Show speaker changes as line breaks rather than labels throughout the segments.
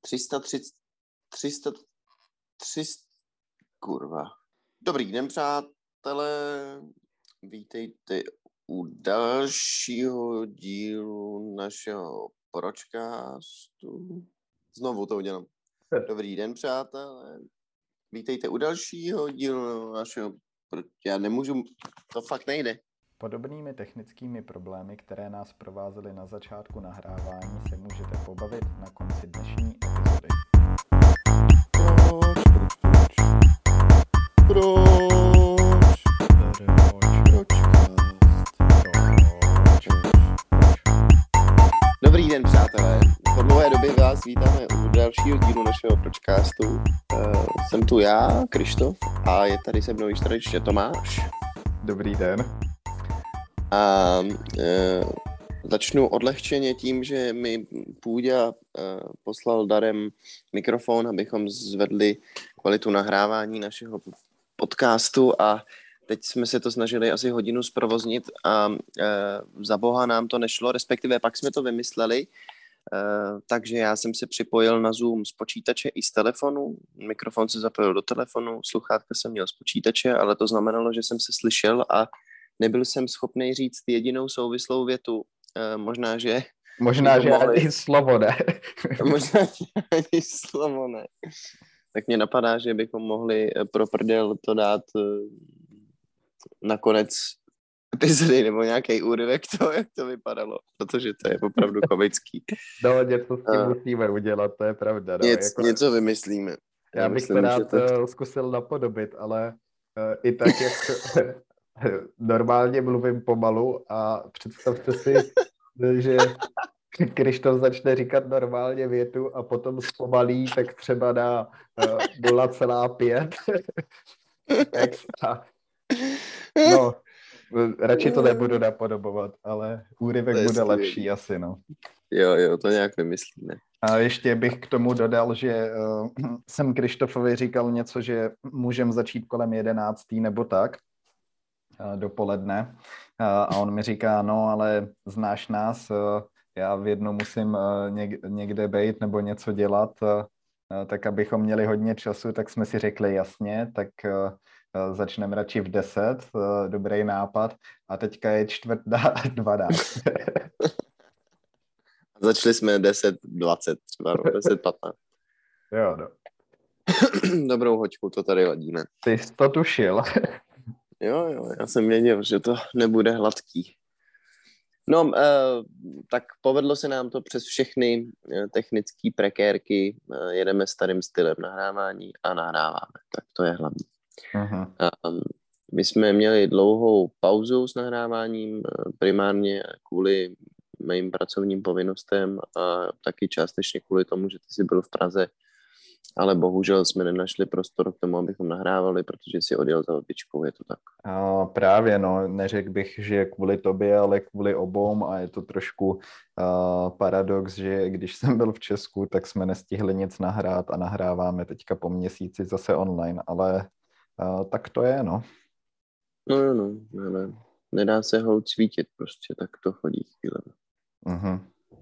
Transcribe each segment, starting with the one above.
300, kurva. Dobrý den, přátelé. Vítejte u dalšího dílu našeho Pročcastu. Znovu to udělám. Dobrý den, přátelé. Vítejte u dalšího dílu našeho... Já nemůžu... To fakt nejde.
Podobnými technickými problémy, které nás provázely na začátku nahrávání, se můžete pobavit na konci dnešní epizody.
Dobrý den, přátelé. Po dlouhé době vás vítáme u dalšího dílu našeho Pročcastu. Jsem tu já, Krištof, a je tady se mnou již tradičně Tomáš.
Dobrý den.
A začnu odlehčeně tím, že mi Půďa poslal darem mikrofon, abychom zvedli kvalitu nahrávání našeho podcastu, a teď jsme se to snažili asi hodinu zprovoznit a za boha nám to nešlo, respektive pak jsme to vymysleli, takže já jsem se připojil na Zoom z počítače i z telefonu, mikrofon se zapojil do telefonu, sluchátka jsem měl z počítače, ale to znamenalo, že jsem se slyšel a nebyl jsem schopný říct jedinou souvislou větu. Možná, že
ani slovo ne.
Možná, že ani slovo ne. Tak mě napadá, že bychom mohli pro prdel to dát na konec epizody nebo nějaký úryvek toho, jak to vypadalo, protože to je opravdu komický.
No, něco s tím musíme udělat, to je pravda. No.
Něco vymyslíme.
Já bych se rád zkusil napodobit, ale i tak, jak normálně mluvím pomalu a představte si, že Krištof začne říkat normálně větu a potom zpomalí tak třeba na 0,5 extra. No, radši to nebudu napodobovat, ale úryvek bude lepší asi, no.
Jo, to nějak vymyslíme.
A ještě bych k tomu dodal, že jsem Krištofovi říkal něco, že můžeme začít kolem 11. nebo tak, dopoledne. A on mi říká, no, ale znáš nás, já v jednu musím někde bejt nebo něco dělat, tak abychom měli hodně času, tak jsme si řekli jasně, tak začneme radši v 10, dobrý nápad, a teďka je 11:45.
Začali jsme 10:20, třeba 10:15.
Jo, no.
Dobrou hoďku to tady ladíme.
Ty jsi to tušil.
Jo, já jsem věděl, že to nebude hladký. No, tak povedlo se nám to přes všechny technické prekérky, jedeme starým stylem nahrávání a nahráváme, tak to je hlavní.
Uh-huh.
My jsme měli dlouhou pauzu s nahráváním, primárně kvůli mým pracovním povinnostem a taky částečně kvůli tomu, že ty jsi byl v Praze, ale bohužel jsme nenašli prostor k tomu, abychom nahrávali, protože si odjel za odbyčkou, je to tak.
Právě, no, neřekl bych, že kvůli tobě, ale kvůli obou, a je to trošku paradox, že když jsem byl v Česku, tak jsme nestihli nic nahrát a nahráváme teďka po měsíci zase online, ale tak to je, no.
No, nedá se holt svítit prostě, tak to chodí chvíle.
Uh-huh.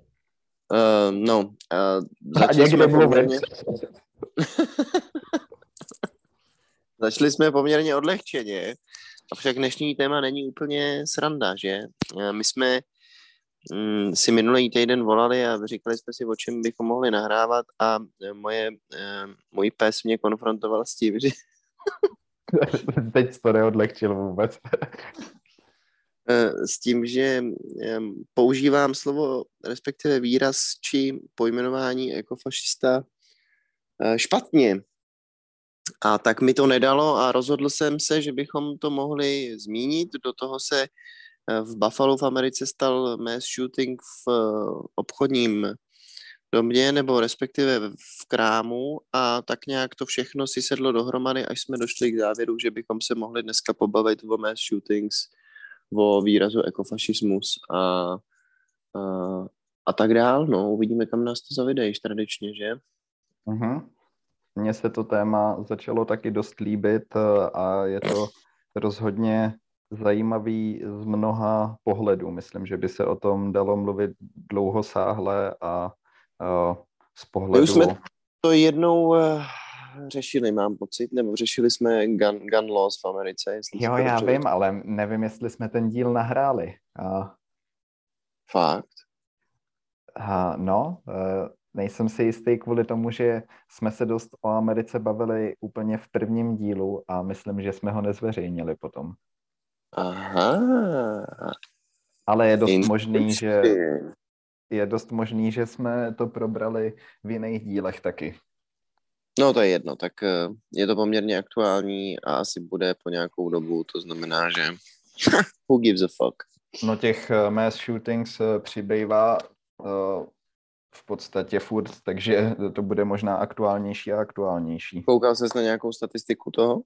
Začali jsme poměrně odlehčeně, avšak dnešní téma není úplně sranda, že? My jsme si minulý týden volali a říkali jsme si, o čem bychom mohli nahrávat, a můj pes mě konfrontoval s tím, že...
Teď to neodlehčil vůbec.
S tím, že používám slovo, respektive výraz či pojmenování ekofašista špatně. A tak mi to nedalo a rozhodl jsem se, že bychom to mohli zmínit. Do toho se v Buffalo v Americe stal mass shooting v obchodním domě, nebo respektive v krámu, a tak nějak to všechno si sedlo dohromady, až jsme došli k závěru, že bychom se mohli dneska pobavit o mass shootings, o výrazu ekofašismus a tak dál. No, uvidíme, kam nás to zavede již tradičně, že?
Uh-huh. Mně se to téma začalo taky dost líbit a je to rozhodně zajímavý z mnoha pohledů. Myslím, že by se o tom dalo mluvit dlouhosáhle a z pohledu
to jednou řešili, mám pocit, nebo řešili jsme gun laws v Americe, jestli si
Jo,
to
já
dobře
vím, ale nevím, jestli jsme ten díl nahráli.
Fakt?
No, nejsem si jistý kvůli tomu, že jsme se dost o Americe bavili úplně v prvním dílu a myslím, že jsme ho nezveřejnili potom.
Aha.
Ale je dost možný, že jsme to probrali v jiných dílech taky.
No to je jedno, tak je to poměrně aktuální a asi bude po nějakou dobu, to znamená, že who gives a fuck.
No těch mass shootings přibývá v podstatě furt, takže to bude možná aktuálnější a aktuálnější.
Koukal ses na nějakou statistiku toho?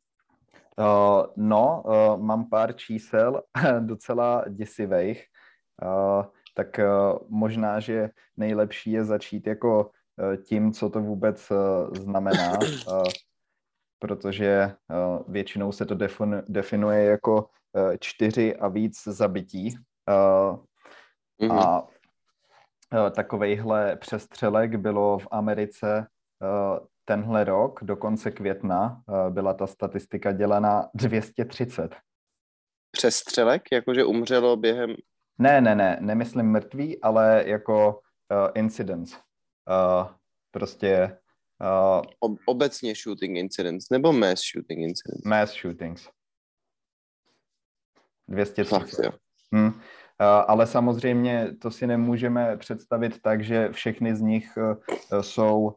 Mám pár čísel docela děsivých, tak možná, že nejlepší je začít jako tím, co to vůbec znamená, protože většinou se to definuje jako 4 a víc zabití. A takovejhle přestřelek bylo v Americe tenhle rok, do konce května, byla ta statistika dělaná 230.
Přestřelek? Jakože umřelo během...
Nemyslím mrtví, ale jako incidents. Prostě...
Obecně shooting incidents, nebo mass shooting incidents?
Mass shootings. 230.
Fakt, jo.
Ale samozřejmě to si nemůžeme představit tak, že všechny z nich jsou...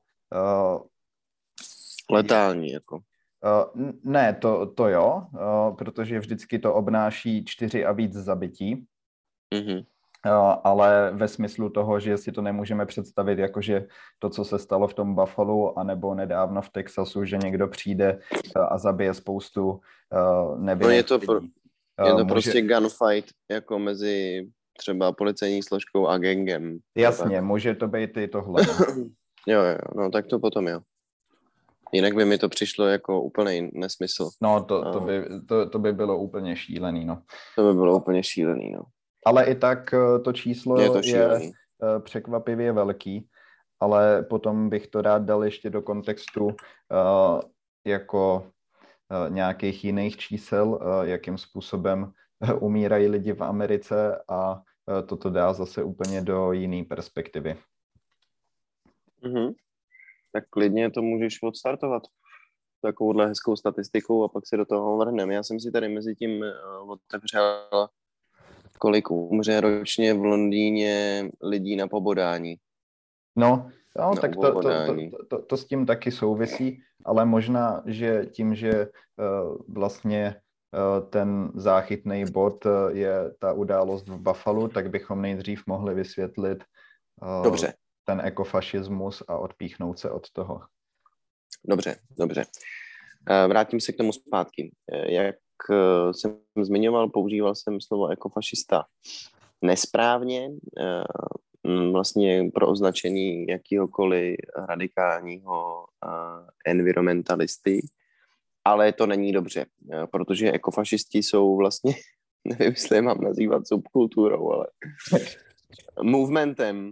letální, jako.
Ne, to jo, protože vždycky to obnáší 4 a víc zabití.
Mm-hmm.
Ale ve smyslu toho, že si to nemůžeme představit, jakože to, co se stalo v tom Buffalo, anebo nedávno v Texasu, že někdo přijde a zabije spoustu nevinných lidí.
Je to prostě gunfight, jako mezi třeba policejní složkou a gangem.
Jasně, může to být i tohle.
Jo, no tak to potom jo. Jinak by mi to přišlo jako úplný nesmysl.
No, to by bylo úplně šílený, no.
To by bylo úplně šílený, no.
Ale i tak to číslo je překvapivě velký, ale potom bych to rád dal ještě do kontextu jako nějakých jiných čísel, jakým způsobem umírají lidi v Americe a toto dá zase úplně do jiné perspektivy.
Mm-hmm. Tak klidně to můžeš odstartovat takovouhle hezkou statistikou a pak se do toho vrhneme. Já jsem si tady mezi tím otevřel, kolik umře ročně v Londýně lidí na pobodání.
No tak to s tím taky souvisí, ale možná, že tím, že vlastně ten záchytný bod je ta událost v Buffalu, tak bychom nejdřív mohli vysvětlit
Dobře.
ten ekofašismus a odpíchnout se od toho.
Dobře. Vrátím se k tomu zpátky. Jak jsem zmiňoval, používal jsem slovo ekofašista nesprávně, vlastně pro označení jakýhokoliv radikálního environmentalisty, ale to není dobře, protože ekofašisti jsou vlastně, nevím, jestli je mám nazývat subkulturou, ale movementem,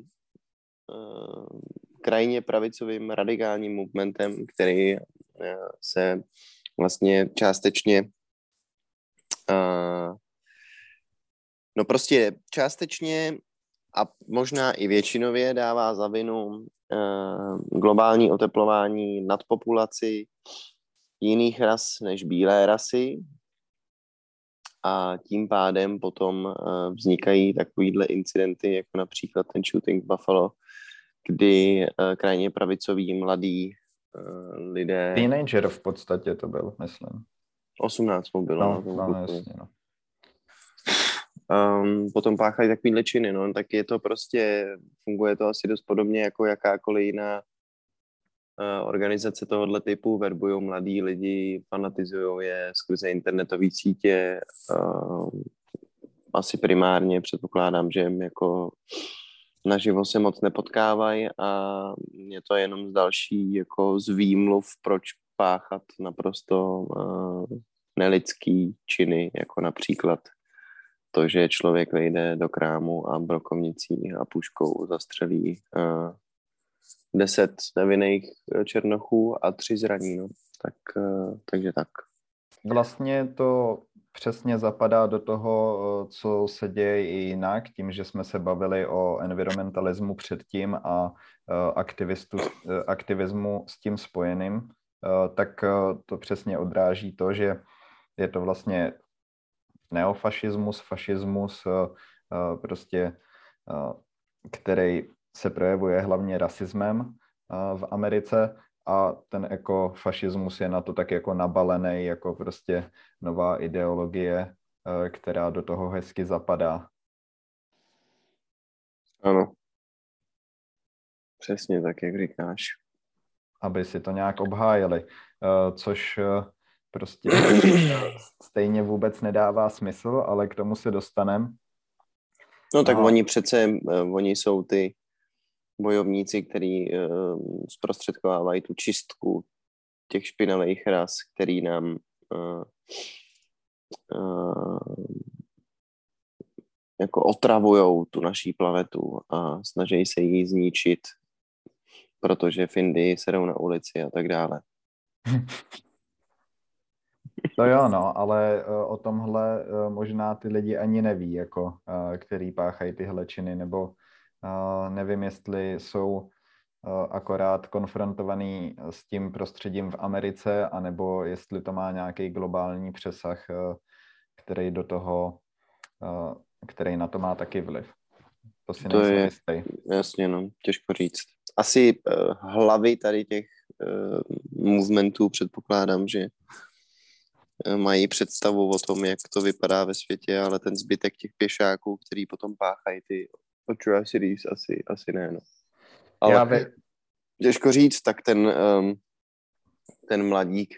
krajně pravicovým radikálním movementem, který se vlastně částečně prostě částečně a možná i většinově dává za vinu globální oteplování nadpopulaci jiných ras než bílé rasy a tím pádem potom vznikají takovýhle incidenty, jako například ten shooting v Buffalo, kdy krajně pravicoví mladí lidé...
Teenager v podstatě to byl, myslím.
18 mu bylo.
No, jasně, no.
Potom páchají takovýhle činy, no, tak je to prostě, funguje to asi dost podobně jako jakákoliv jiná organizace tohohle typu, verbují mladí lidi, fanatizují je skrze internetové sítě, asi primárně předpokládám, že jako naživo se moc nepotkávají a je to jenom z další jako z výmluv, proč páchat naprosto nelidský činy, jako například to, že člověk vejde do krámu a brokovnicí a puškou zastřelí 10 nevinných černochů a 3 zraní, no. Takže tak.
Vlastně to přesně zapadá do toho, co se děje i jinak, tím, že jsme se bavili o environmentalismu předtím a aktivismu s tím spojeným, tak to přesně odráží to, že je to vlastně neofašismus, fašismus, prostě, který se projevuje hlavně rasismem v Americe, a ten ekofašismus je na to tak jako nabalený, jako prostě nová ideologie, která do toho hezky zapadá.
Ano. Přesně tak, jak říkáš.
Aby si to nějak obhájili, což prostě stejně vůbec nedává smysl, ale k tomu se dostaneme.
No tak oni jsou ty bojovníci, kteří zprostředkovávají tu čistku těch špinavých ras, který nám jako otravujou tu naší planetu a snaží se ji zničit, protože v Indii se jdou na ulici a tak dále.
To jo, no, ale o tomhle možná ty lidi ani neví, jako, který páchají tyhle činy, nebo nevím, jestli jsou akorát konfrontovaný s tím prostředím v Americe, anebo jestli to má nějaký globální přesah, který na to má taky vliv. To si nejsem jistý.
Jasně, no, těžko říct. Asi hlavy tady těch movementů předpokládám, že mají představu o tom, jak to vypadá ve světě, ale ten zbytek těch pěšáků, který potom páchají ty atrocities, asi ne, no. Ale těžko říct, tak ten mladík,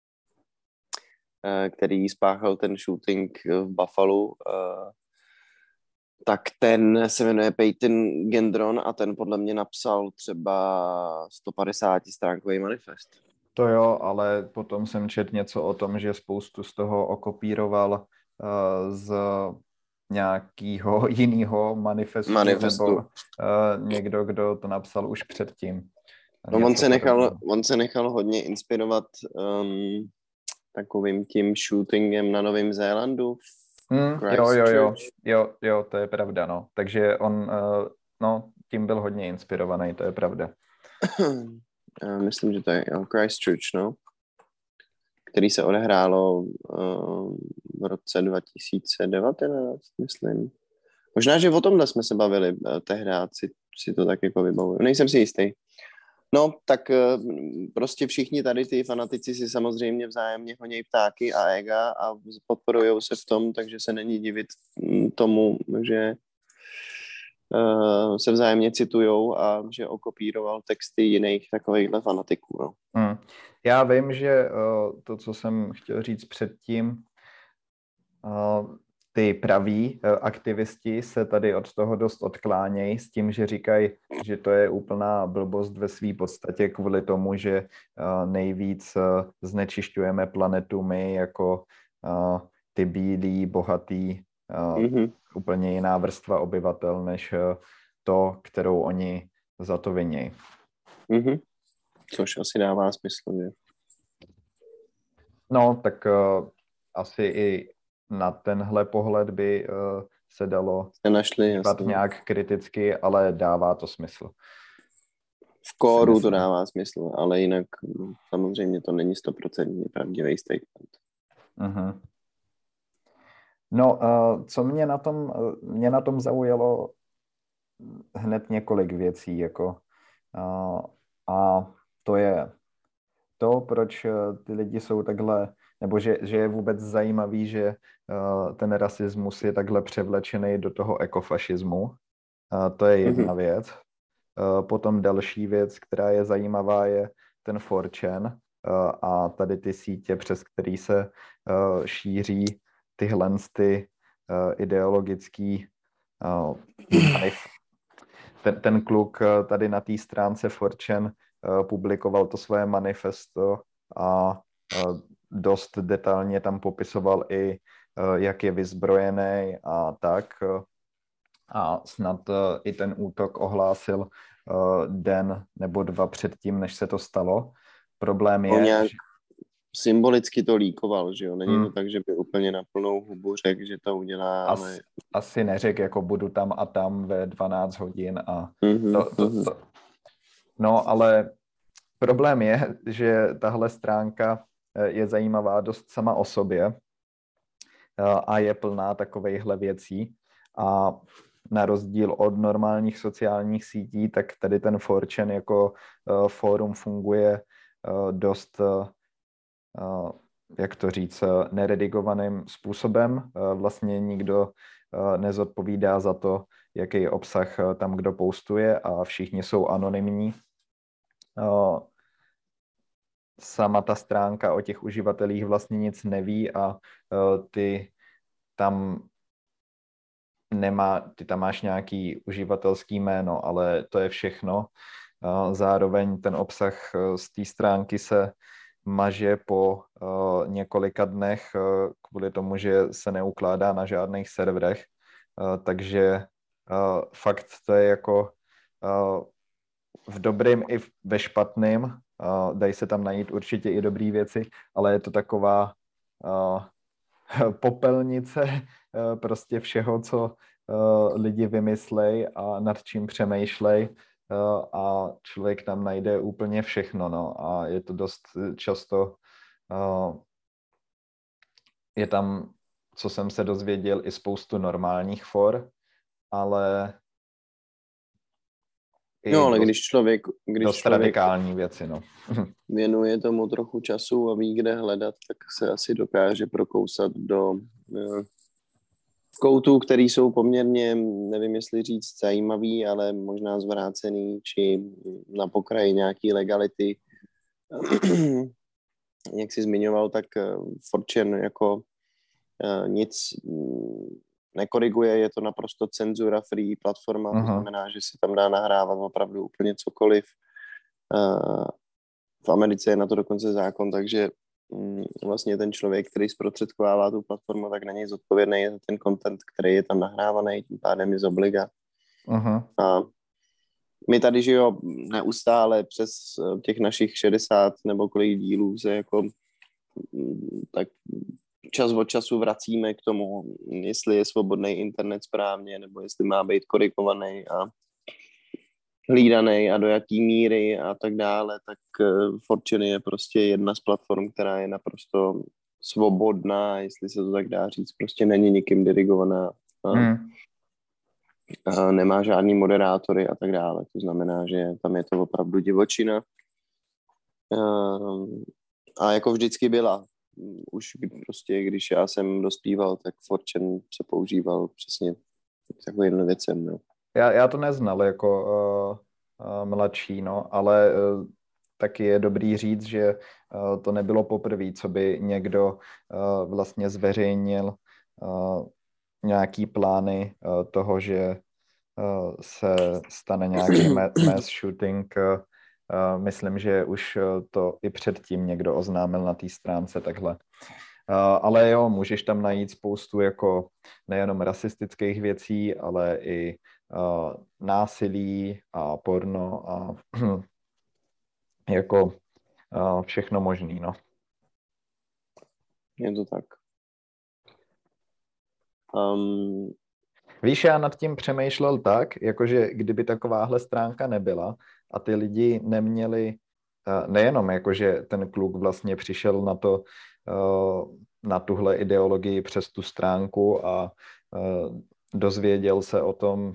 který spáchal ten shooting v Buffalo, tak ten se jmenuje Peyton Gendron a ten podle mě napsal třeba 150-stránkový manifest.
To jo, ale potom jsem četl něco o tom, že spoustu z toho okopíroval z nějakého jiného manifestu. Nebo někdo, kdo to napsal už předtím.
No, on se nechal hodně inspirovat takovým tím shootingem na Novém Zélandu.
Jo, to je pravda, no. Takže on, tím byl hodně inspirovaný, to je pravda.
Myslím, že to je Christchurch, no, který se odehrálo v roce 2019, myslím. Možná, že o tomhle jsme se bavili tehdy, si to tak jako vybavuju. Nejsem si jistý. No, tak prostě všichni tady ty fanatici si samozřejmě vzájemně honějí ptáky a ega a podporujou se v tom, takže se není divit tomu, že se vzájemně citujou a že okopíroval texty jiných takovýchhle fanatiků. No.
Já vím, že to, co jsem chtěl říct předtím, ty praví aktivisti se tady od toho dost odklánějí s tím, že říkají, že to je úplná blbost ve své podstatě kvůli tomu, že nejvíc znečišťujeme planetu my jako ty bílí, bohatý, úplně jiná vrstva obyvatel, než to, kterou oni za to viní.
Což asi dává smysl, že?
No, tak asi i na tenhle pohled by se dalo dívat nějak kriticky, ale dává to smysl.
V kóru to dává smysl, ale jinak samozřejmě to není 100% pravdivý statement.
No, co mě na tom zaujalo hned několik věcí, jako, a to je to, proč ty lidi jsou takhle, nebo že je vůbec zajímavý, že ten rasismus je takhle převlečený do toho ekofašismu. To je jedna věc. Potom další věc, která je zajímavá, je ten 4chan a tady ty sítě, přes který se šíří tyhle ideologický ten kluk tady na té stránce 4chan publikoval to svoje manifesto a dost detailně tam popisoval i, jak je vyzbrojený a tak. A snad i ten útok ohlásil den nebo dva předtím, než se to stalo. Problém
On
je,
nějak
že...
symbolicky to líkoval, že jo? Není to
Hmm.
tak, že by úplně na plnou hubu řekl, že to udělá, ale...
Asi neřekl, jako budu tam a tam ve 12 hodin a
Mhm, mhm.
to. No, ale problém je, že tahle stránka je zajímavá dost sama o sobě a je plná takovejhle věcí a na rozdíl od normálních sociálních sítí, tak tady ten 4chan jako fórum funguje dost, jak to říct, neredigovaným způsobem. Vlastně nikdo nezodpovídá za to, jaký obsah tam kdo postuje a všichni jsou anonymní. Sama ta stránka o těch uživatelích vlastně nic neví a ty tam máš nějaký uživatelský jméno, ale to je všechno. Zároveň ten obsah z té stránky se maže po několika dnech kvůli tomu, že se neukládá na žádných serverech. Takže fakt to je jako v dobrým i ve špatným. Dají se tam najít určitě i dobré věci, ale je to taková popelnice prostě všeho, co lidi vymyslej a nad čím přemýšlej a člověk tam najde úplně všechno, no, a je to dost často je tam, co jsem se dozvěděl, i spoustu normálních for, ale
No, ale když člověk
radikální věci, no.
věnuje tomu trochu času a ví, kde hledat, tak se asi dokáže prokousat do koutů, který jsou poměrně, nevím, jestli říct zajímavý, ale možná zvrácený, či na pokraji nějaký legality. Jak jsi zmiňoval, tak 4chan jako nic nekoriguje, je to naprosto cenzura free platforma, to znamená, že se tam dá nahrávat opravdu úplně cokoliv. V Americe je na to dokonce zákon, takže vlastně ten člověk, který zprostředkovává tu platformu, tak na něj zodpovědný je za ten content, který je tam nahrávaný, tím pádem je z obliga. A my tady, že jo, neustále přes těch našich 60 nebo kolik dílů se jako tak čas od času vracíme k tomu, jestli je svobodný internet správně, nebo jestli má být korigovaný a hlídaný a do jaký míry a tak dále, tak 4chan je prostě jedna z platform, která je naprosto svobodná, jestli se to tak dá říct, prostě není nikým dirigovaná a nemá žádný moderátory a tak dále. To znamená, že tam je to opravdu divočina. A jako vždycky byla. Už prostě, když já jsem dospíval, tak 4chan se používal přesně takovým věcem. No.
Já to neznal jako mladší, no, ale taky je dobrý říct, že to nebylo poprvé, co by někdo vlastně zveřejnil nějaký plány toho, že se stane nějaký mass shooting. Myslím, že už to i předtím někdo oznámil na té stránce takhle. Ale jo, můžeš tam najít spoustu jako nejenom rasistických věcí, ale i násilí a porno a jako všechno možný, no.
Je to tak.
Víš, já nad tím přemýšlel tak, jakože kdyby takováhle stránka nebyla a ty lidi neměli, nejenom jakože ten kluk vlastně přišel na to, na tuhle ideologii přes tu stránku a dozvěděl se o tom,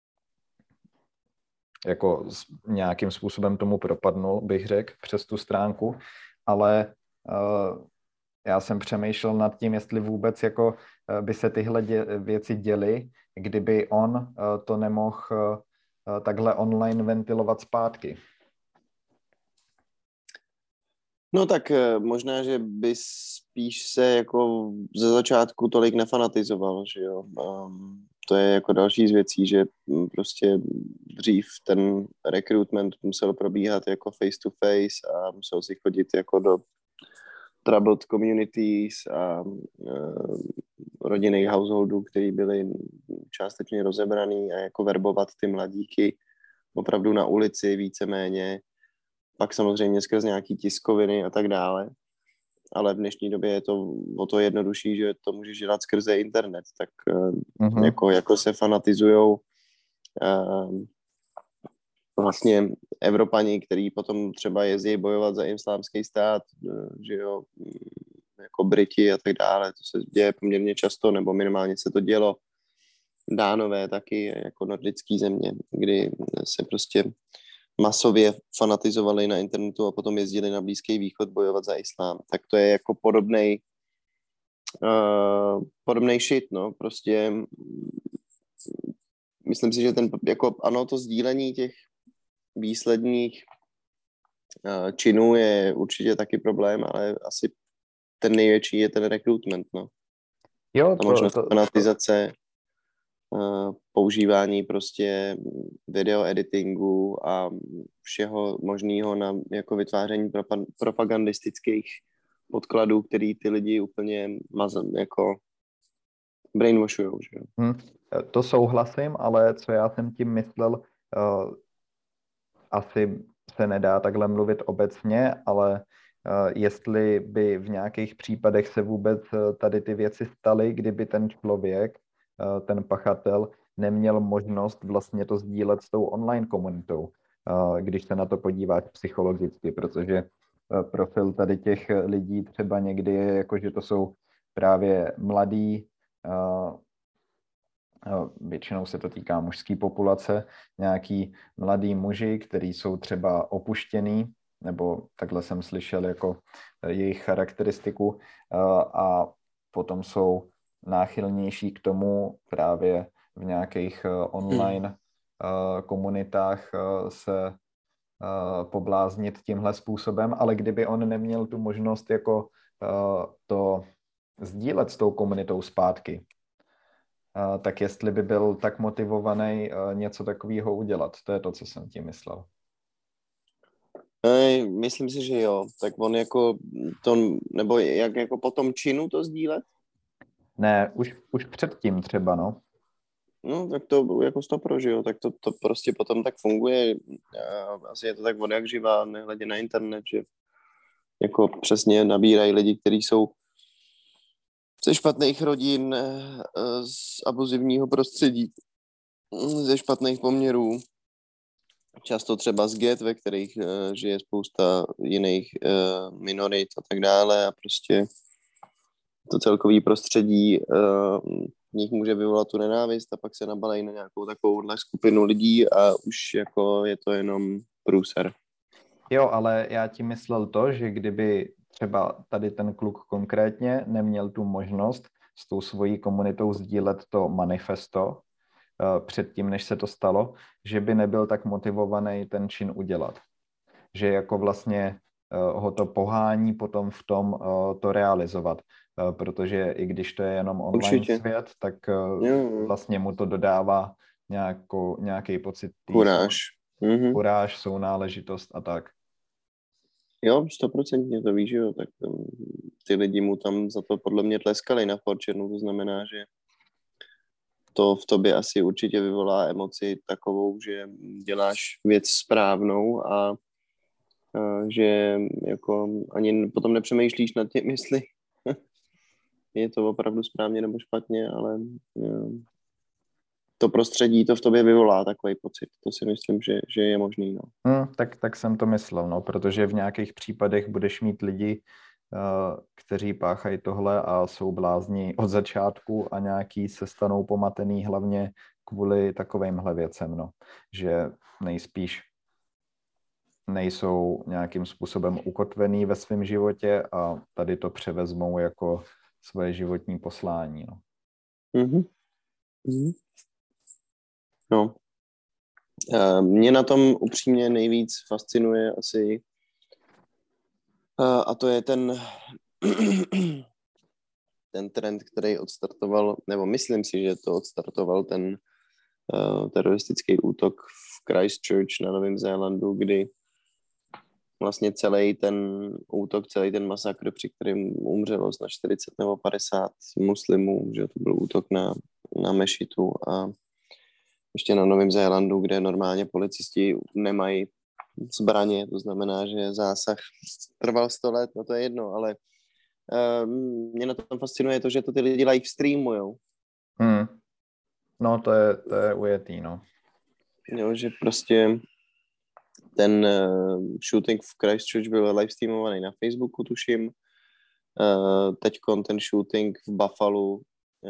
jako nějakým způsobem tomu propadnul, bych řekl, přes tu stránku, ale já jsem přemýšlel nad tím, jestli vůbec jako by se tyhle věci děly, kdyby on to nemohl takhle online ventilovat zpátky.
No tak možná, že by spíš se jako ze začátku tolik nefanatizoval, že jo. To je jako další z věcí, že prostě dřív ten recruitment musel probíhat jako face to face a musel si chodit jako do troubled communities a rodinných householdů, který byly částečně rozebraný a jako verbovat ty mladíky opravdu na ulici víceméně, pak samozřejmě skrz nějaký tiskoviny a tak dále. Ale v dnešní době je to o to jednodušší, že to můžeš dělat skrze internet, tak jako se fanatizujou vlastně Evropani, který potom třeba jezdí bojovat za islámský stát, že jo, jako Briti a tak dále, to se děje poměrně často, nebo minimálně se to dělo. Dánové taky, jako nordický země, kdy se prostě masově fanatizovali na internetu a potom jezdili na Blízký východ bojovat za islám. Tak to je jako podobnej shit, no, prostě myslím si, že jako ano, to sdílení těch výsledných činů je určitě taky problém, ale asi ten největší je ten recruitment, no.
Jo,
ta možnost fanatizace, používání prostě video editingu a všeho možného na jako vytváření propagandistických podkladů, který ty lidi úplně jako brainwashujou, že jo.
To souhlasím, ale co já jsem tím myslel, asi se nedá takhle mluvit obecně, ale jestli by v nějakých případech se vůbec tady ty věci staly, kdyby ten člověk, ten pachatel, neměl možnost vlastně to sdílet s tou online komunitou, když se na to podíváš psychologicky, protože profil tady těch lidí třeba někdy je jako, že to jsou právě mladí, většinou se to týká mužské populace, nějaký mladí muži, kteří jsou třeba opuštěný, nebo takhle jsem slyšel jako jejich charakteristiku, a potom jsou náchylnější k tomu právě v nějakých online komunitách se pobláznit tímhle způsobem, ale kdyby on neměl tu možnost jako to sdílet s tou komunitou zpátky, tak jestli by byl tak motivovaný něco takového udělat. To je to, co jsem tím myslel.
Myslím si, že jo. Tak on jako to, nebo jak jako po tom činu to sdílet?
Ne, už předtím třeba, no.
No, tak to jako stopro, že jo, tak to prostě potom tak funguje. Asi je to tak od jak živá, nehledě na internet, že jako přesně nabírají lidi, kteří jsou ze špatných rodin, z abuzivního prostředí, ze špatných poměrů, často třeba z get, ve kterých žije spousta jiných minorit a tak dále a prostě to celkový prostředí v nich může vyvolat tu nenávist a pak se nabalají na nějakou takovouhle skupinu lidí a už jako je to jenom průser.
Jo, ale já ti myslel to, že kdyby třeba tady ten kluk konkrétně neměl tu možnost s tou svojí komunitou sdílet to manifesto předtím, než se to stalo, že by nebyl tak motivovaný ten čin udělat. Že jako vlastně ho to pohání potom v tom to realizovat. Protože i když to je jenom online
Určitě.
svět, tak vlastně mu to dodává nějaký pocit kuráž, sounáležitost a tak.
Jo, 100% to víš, jo, tak ty lidi mu tam za to podle mě tleskali na 4chanu, to znamená, že to v tobě asi určitě vyvolá emoci takovou, že děláš věc správnou a že jako ani potom nepřemýšlíš nad tím, jestli je to opravdu správně nebo špatně, ale to prostředí to v tobě vyvolá takový pocit. To si myslím, že je možný. No.
Tak jsem to myslel, no, protože v nějakých případech budeš mít lidi, kteří páchají tohle a jsou blázni od začátku a nějaký se stanou pomatený hlavně kvůli takovýmhle věcem, no. Že nejspíš nejsou nějakým způsobem ukotvený ve svém životě a tady to převezmou jako svoje životní poslání. No.
No. Mě na tom upřímně nejvíc fascinuje asi a to je ten trend, který odstartoval, nebo myslím si, že to odstartoval ten teroristický útok v Christchurch na Novém Zélandu, kdy vlastně celý ten útok, celý ten masakr, při kterém umřelo na 40 nebo 50 muslimů, že to byl útok na mešitu a ještě na Novém Zélandu, kde normálně policisti nemají zbraně, to znamená, že zásah trval 100 let, no to je jedno, ale mě na tom fascinuje to, že to ty lidi live streamujou.
No to je ujetý, no.
Jo, že prostě ten shooting v Christchurch byl live streamovaný na Facebooku, tuším. Teďkon ten shooting v Buffalo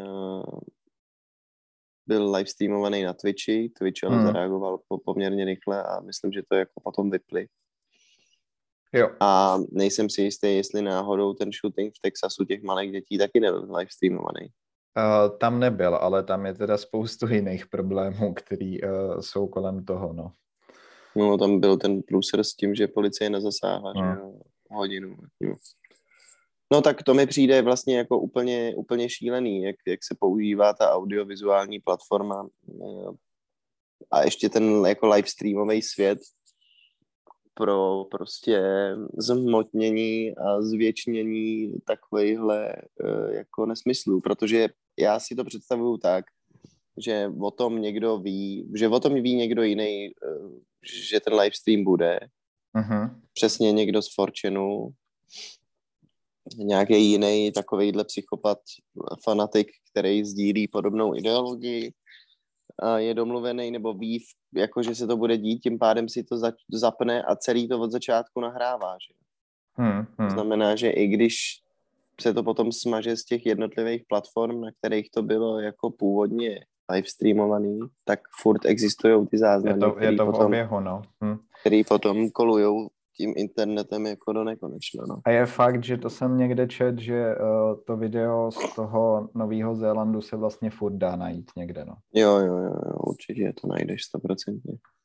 byl live streamovaný na Twitchi. Twitch ale zareagoval poměrně rychle a myslím, že to jako potom vypli.
Jo.
A nejsem si jistý, jestli náhodou ten shooting v Texasu těch malých dětí taky nebyl live streamovaný.
Tam nebyl, ale tam je teda spoustu jiných problémů, který jsou kolem toho, no.
No, tam byl ten průser s tím, že policie nezasáhla, že hodinu. Jo. No tak to mi přijde vlastně jako úplně šílený, jak se používá ta audiovizuální platforma a ještě ten jako live streamový svět pro prostě zhmotnění a zvětšnění takovejhle jako nesmyslů, protože já si to představuju tak, že o tom někdo ví, že o tom ví někdo jiný, že ten livestream bude. Přesně někdo z Fortuneu, nějaký jiný takovejhle psychopat, fanatik, který sdílí podobnou ideologii a je domluvený nebo ví, jako, že se to bude dít, tím pádem si to zapne a celý to od začátku nahrává. Že? To znamená, že i když se to potom smaže z těch jednotlivých platform, na kterých to bylo jako původně live streamovaný, tak furt existují ty záznamy,
je to v oběhu, no.
Který potom kolujou tím internetem jako do nekonečna, no.
A je fakt, že to jsem někde čet, že to video z toho Nového Zélandu se vlastně furt dá najít někde, no.
Jo, určitě to najdeš 100%.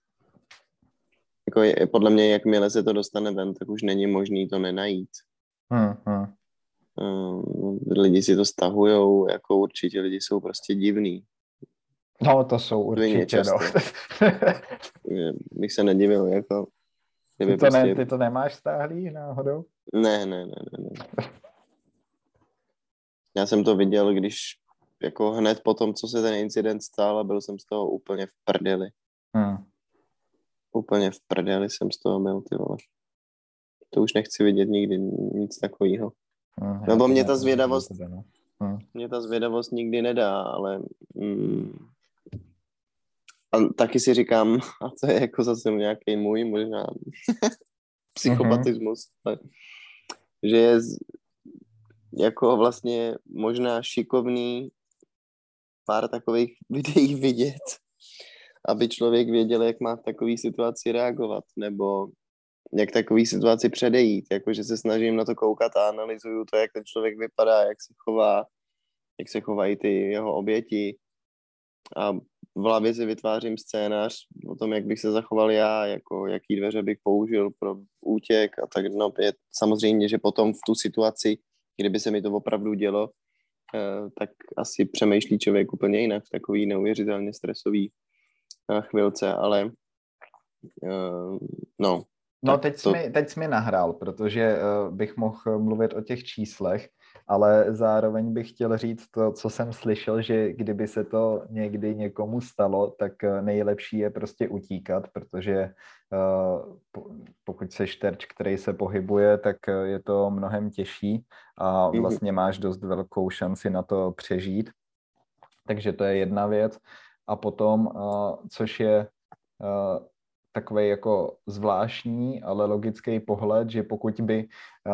Jako podle mě, jakmile se to dostane ven, tak už není možný to nenajít. Lidi si to stahujou, jako určitě lidi jsou prostě divný.
No, to jsou určitě, no.
Bych se nedivil, jako...
Ty to nemáš stáhlý náhodou?
Ne. Já jsem to viděl, když jako hned po tom, co se ten incident stál a byl jsem z toho úplně v prdeli. Úplně v prdeli jsem z toho byl, ty vole. To už nechci vidět nikdy nic takového. Nebo mě ta zvědavost mě ta zvědavost nikdy nedá, ale a taky si říkám, a to je jako zase nějaký můj možná psychopatismus, že je jako vlastně možná šikovný pár takových videí vidět, aby člověk věděl, jak má v takové situaci reagovat, nebo jak takové situaci předejít, jakože se snažím na to koukat a analyzuju to, jak ten člověk vypadá, jak se chová, jak se chovají ty jeho oběti a v hlavě si vytvářím scénář o tom, jak bych se zachoval já, jako jaký dveře bych použil pro útěk a tak. No, je samozřejmě, že potom v tu situaci, kdyby se mi to opravdu dělo, tak asi přemýšlí člověk úplně jinak v takový neuvěřitelně stresový chvilce, ale no.
No teď jsi mi nahrál, protože bych mohl mluvit o těch číslech, ale zároveň bych chtěl říct to, co jsem slyšel, že kdyby se to někdy někomu stalo, tak nejlepší je prostě utíkat, protože pokud seš terč, který se pohybuje, tak je to mnohem těžší a vlastně máš dost velkou šanci na to přežít. Takže to je jedna věc. A potom, což je takový jako zvláštní, ale logický pohled, že pokud by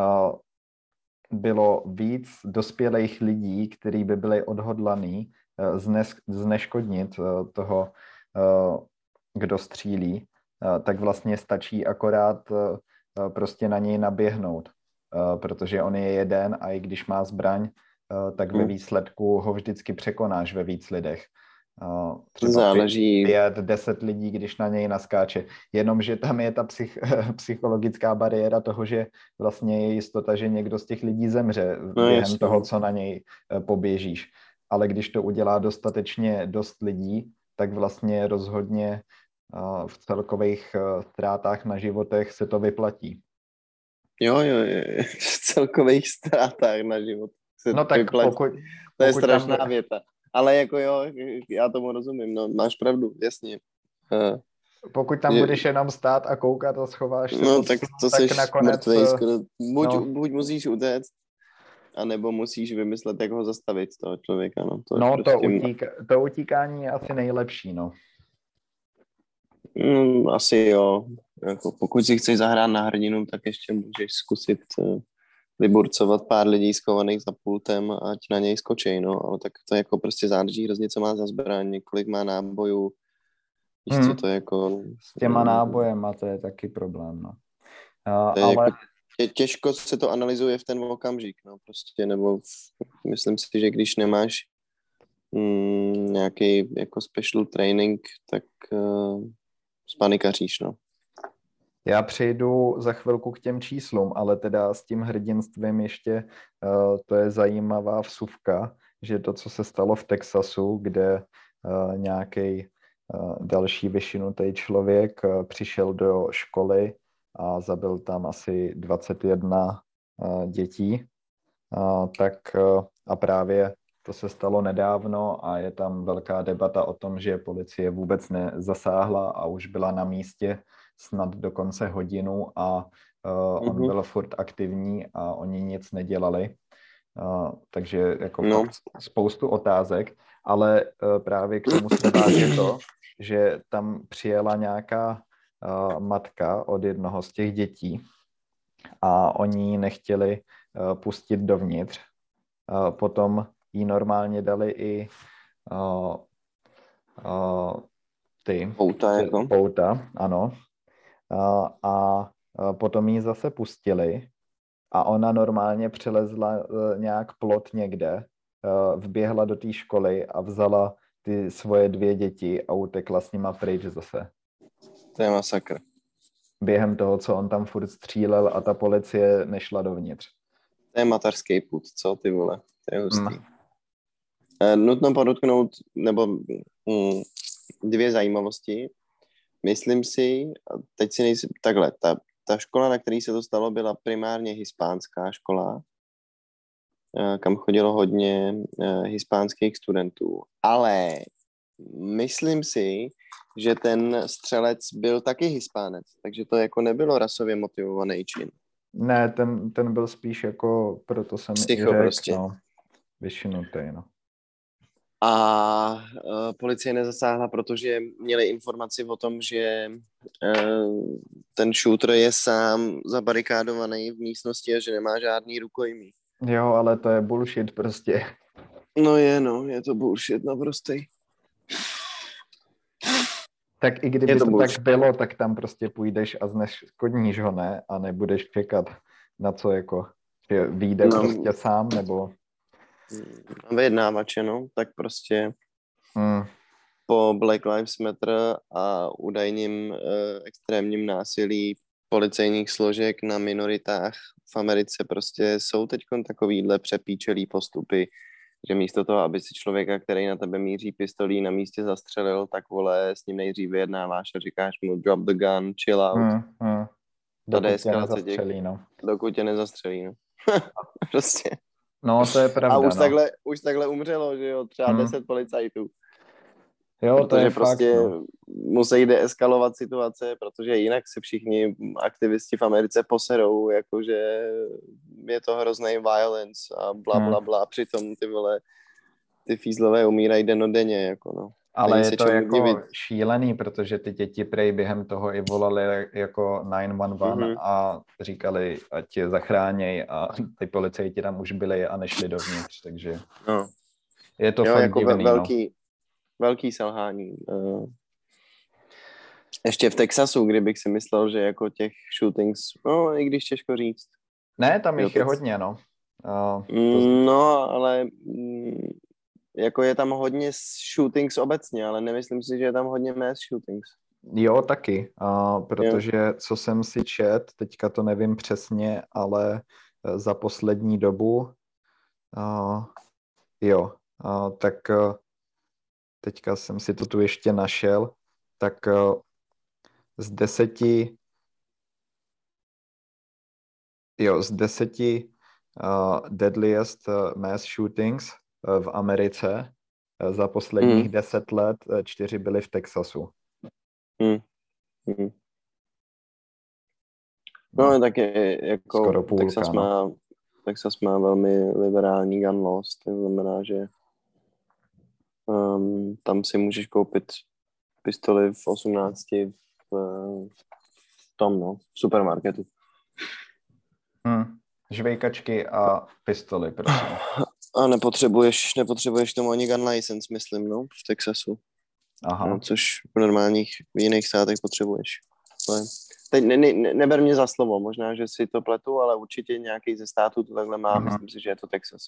bylo víc dospělých lidí, kteří by byli odhodlaní zneškodnit toho, kdo střílí, tak vlastně stačí akorát prostě na něj naběhnout, protože on je jeden a i když má zbraň, tak ve výsledku ho vždycky překonáš ve víc lidech. Třeba
záleží
5-10 lidí, když na něj naskáče. Jenomže tam je ta psychologická bariéra toho, že vlastně je jistota, že někdo z těch lidí zemře během toho, co na něj poběžíš. Ale když to udělá dostatečně dost lidí, tak vlastně rozhodně v celkových ztrátách na životech se to vyplatí.
Jo. V celkových ztrátách na život se
no tak
vyplatí. To je strašná věta. ale jako jo, já tomu rozumím, no, máš pravdu, jasně.
Pokud tam
Že,
budeš jenom stát a koukat a schováš se
no,
pod
tak
stůl,
to
tak
seš
nakonec,
mrtvej skoro.
no,
Buď musíš utéct, anebo musíš vymyslet, jak ho zastavit, toho člověka, no. To je
no
prostě,
to utíkání je asi nejlepší, no.
asi jo. Jako, pokud si chceš zahrát na hrdinu, tak ještě můžeš zkusit vyburcovat pár lidí schovaných za pultem, ať na něj skočí, no. Ale tak to jako prostě záleží hrozně, co má za zbraň, kolik má nábojů. Víš, co to je jako...
S těma nábojema to je taky problém, no.
To je
Ale
jako, těžko se to analyzuje v ten okamžik, no, prostě, nebo myslím si, že když nemáš nějaký jako special training, tak spanikaříš, no.
já přejdu za chvilku k těm číslům, ale teda s tím hrdinstvím ještě to je zajímavá vsuvka, že to, co se stalo v Texasu, kde nějaký další vyšinutý člověk přišel do školy a zabil tam asi 21 dětí, tak a právě to se stalo nedávno a je tam velká debata o tom, že policie vůbec nezasáhla a už byla na místě snad dokonce hodinu a on byl furt aktivní a oni nic nedělali. Takže jako fakt spoustu otázek, ale právě k tomu se váže to, že tam přijela nějaká matka od jednoho z těch dětí a oni ji nechtěli pustit dovnitř. Potom jí normálně dali i ty pouta, ano. A potom ji zase pustili a ona normálně přelezla nějak plot někde, vběhla do té školy a vzala ty svoje 2 děti a utekla s nima pryč zase.
To je masakr.
Během toho, co on tam furt střílel a ta policie nešla dovnitř.
To je matařský pud, co ty vole, to je hustý. Nutno podotknout, nebo 2 zajímavosti. Myslím si, teď si nejsem, takhle, ta škola, na který se to stalo, byla primárně hispánská škola, kam chodilo hodně hispánských studentů, ale myslím si, že ten střelec byl taky Hispánec, takže to jako nebylo rasově motivovaný čin.
Ne, ten byl spíš jako, proto jsem
psycho
i řekl,
prostě.
no, vyšinutý, no.
A policie nezasáhla, protože měli informaci o tom, že ten shooter je sám zabarikádovaný v místnosti a že nemá žádný rukojmí.
Jo, ale to je bullshit prostě.
No, je to bullshit naprostý.
Tak i kdyby to tak bylo, tak tam prostě půjdeš a zneškodníš ho, ne? A nebudeš čekat na co jako, že vyjde prostě sám, nebo...
Vyjednávače, no, tak prostě po Black Lives Matter a údajným extrémním násilí policejních složek na minoritách v Americe prostě jsou teďkon takovýhle přepíčelý postupy, že místo toho, aby si člověka, který na tebe míří pistolí, na místě zastřelil, tak vole, s ním nejdřív vyjednáváš a říkáš mu drop the gun, chill out. Dokud tě nezastřelí, no. Prostě.
No, to je pravda,
už takhle umřelo, že jo, třeba 10 policajtů.
Jo,
protože
to je
prostě
fakt, no.
Musí deeskalovat situace, protože jinak se všichni aktivisti v Americe poserou, jakože je to hrozný violence a bla, bla, bla. Přitom ty vole, ty fízlové umírají dennodenně, jako no.
Ale je to jako šílený, protože ty děti prej během toho i volali jako 911 a říkali, ať je zachráněj a ty policajti tam už byli a nešli dovnitř, takže je to fakt
jako
divný,
velký selhání. Ještě v Texasu, kdybych si myslel, že jako těch shootings, no i když těžko říct.
Ne, tam jich je hodně, no.
No, ale jako je tam hodně shootings obecně, ale nemyslím si, že je tam hodně mass shootings.
Jo, taky, protože co jsem si čet, teďka to nevím přesně, ale za poslední dobu, tak teďka jsem si to tu ještě našel, tak z 10 deadliest mass shootings v Americe, za posledních 10 let 4 byly v Texasu.
No, tak je, jako
skoro půlka,
Texas má velmi liberální gun laws, to znamená, že tam si můžeš koupit pistoli v 18 v supermarketu.
Žvejkačky a pistoli, prosím.
A nepotřebuješ tomu ani gun license, myslím, no, v Texasu.
Aha.
No, což v normálních v jiných státech potřebuješ. Teď neber mě za slovo, možná, že si to pletu, ale určitě nějaký ze států to takhle má, myslím si, že je to Texas.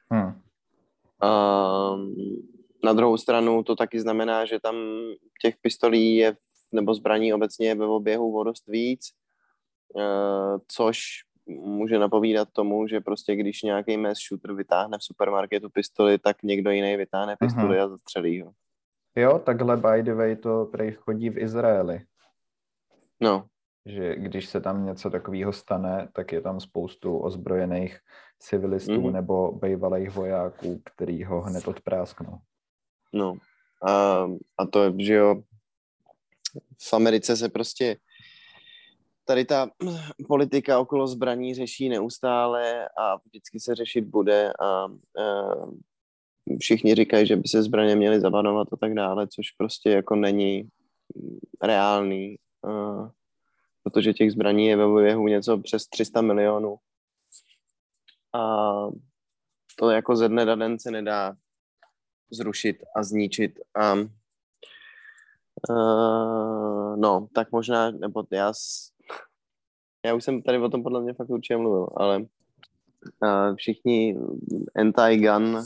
Na druhou stranu to taky znamená, že tam těch pistolí je, nebo zbraní obecně je ve oběhu o dost víc, což může napovídat tomu, že prostě když nějaký mass shooter vytáhne v supermarketu pistoli, tak někdo jiný vytáhne pistoli a zastřelí ho.
Jo, takhle by the way to prej chodí v Izraeli.
No.
Že když se tam něco takového stane, tak je tam spoustu ozbrojených civilistů nebo bývalých vojáků, který ho hned odprásknou.
No. A to, že jo, v Americe se prostě tady ta politika okolo zbraní řeší neustále a vždycky se řešit bude a všichni říkají, že by se zbraně měly zabanovat a tak dále, což prostě jako není reálný, protože těch zbraní je ve oběhu něco přes 300 milionů a to jako ze dne na den se nedá zrušit a zničit a no, tak možná, nebo já už jsem tady o tom podle mě fakt určitě mluvil, ale všichni anti-gun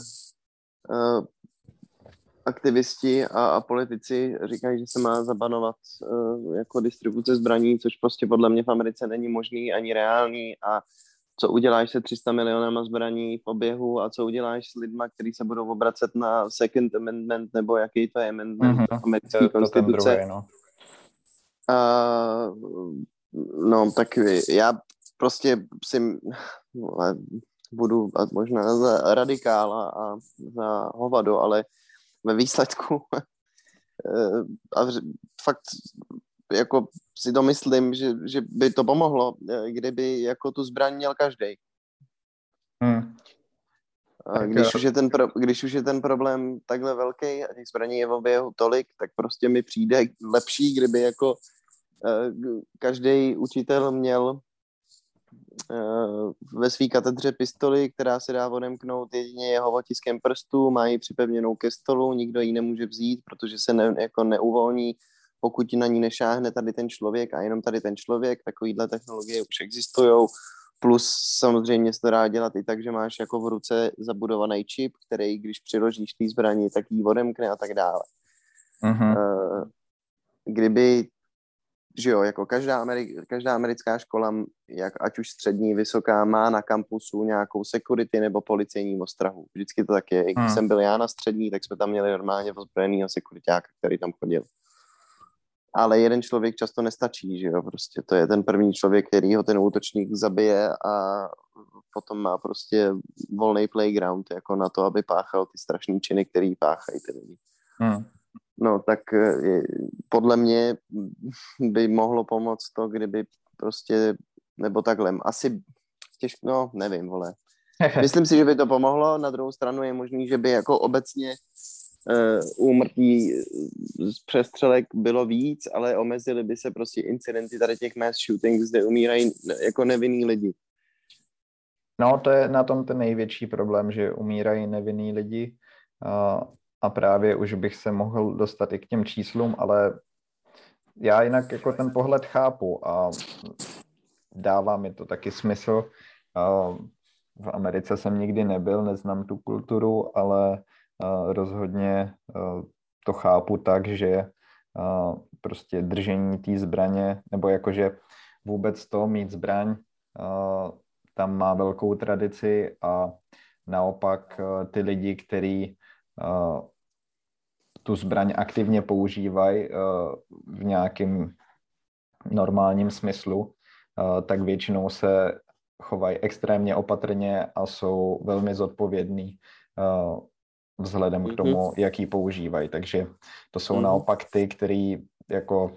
aktivisti a politici říkají, že se má zabanovat jako distribuce zbraní, což prostě podle mě v Americe není možný ani reálný a co uděláš se 300 milionama zbraní v oběhu a co uděláš s lidma, kteří se budou obracet na Second Amendment nebo jaký to je amendment americké konstituce.
Druhé, no.
No, tak já prostě si budu možná za radikála a za hovado, ale ve výsledku a fakt jako si to myslím, že by to pomohlo, kdyby jako tu zbraň měl každej. Když už je ten problém takhle velký a těch zbraní je v oběhu tolik, tak prostě mi přijde lepší, kdyby jako každý učitel měl ve své katedře pistoli, která se dá odemknout jedině jeho otiskem prstů, má ji připevněnou ke stolu, nikdo ji nemůže vzít, protože se neuvolní, pokud na ní nešáhne tady ten člověk a jenom tady ten člověk. Takovýhle technologie už existují. Plus samozřejmě se to dá dělat i tak, že máš jako v ruce zabudovaný čip, který když přiložíš té zbraní, tak ji odemkne a tak dále. Kdyby že jo, jako každá americká škola, ať už střední, vysoká, má na kampusu nějakou security nebo policejní ostrahu. Vždycky to tak je. Když jsem byl já na střední, tak jsme tam měli normálně ozbrojenýho sekuriťáka, který tam chodil. Ale jeden člověk často nestačí, že jo, prostě to je ten první člověk, který ho ten útočník zabije a potom má prostě volný playground jako na to, aby páchal ty strašný činy, který páchají ty lidi. No, tak podle mě by mohlo pomoct to, kdyby prostě, nebo takhle, asi těžko, no, nevím, vole. Myslím si, že by to pomohlo, na druhou stranu je možný, že by jako obecně úmrtí z přestřelek bylo víc, ale omezily by se prostě incidenty tady těch mass shootings, kde umírají jako nevinný lidi.
No, to je na tom ten největší problém, že umírají nevinný lidi a právě už bych se mohl dostat i k těm číslům, ale já jinak jako ten pohled chápu a dává mi to taky smysl. V Americe jsem nikdy nebyl, neznám tu kulturu, ale rozhodně to chápu tak, že prostě držení té zbraně, nebo jakože vůbec to mít zbraň, tam má velkou tradici a naopak ty lidi, kteří tu zbraň aktivně používají v nějakém normálním smyslu, tak většinou se chovají extrémně opatrně a jsou velmi zodpovědní vzhledem k tomu, jak ji používají. Takže to jsou naopak ty, který jako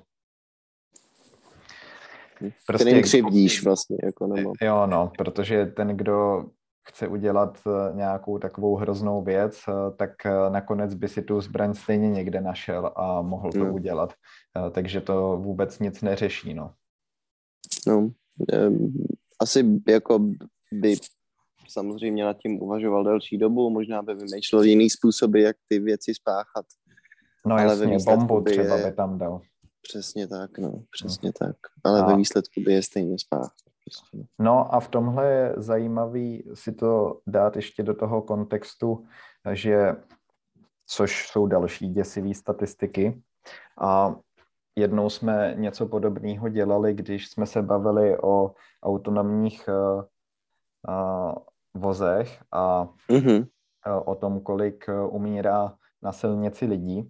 kterým křivdíš vlastně, jako nebo...
Jo, no, protože ten, kdo chce udělat nějakou takovou hroznou věc, tak nakonec by si tu zbraň stejně někde našel a mohl to udělat. Takže to vůbec nic neřeší, no.
No, asi jako by samozřejmě nad tím uvažoval delší dobu, možná by vymýšlel jiný způsoby, jak ty věci spáchat.
No jasně, bombu třeba by tam dal.
Přesně tak, no, přesně tak. Ale ve výsledku by je stejně spáchal.
No a v tomhle je zajímavý si to dát ještě do toho kontextu, že což jsou další děsivé statistiky. A jednou jsme něco podobného dělali, když jsme se bavili o autonomních vozech a o tom, kolik umírá na silnici lidí.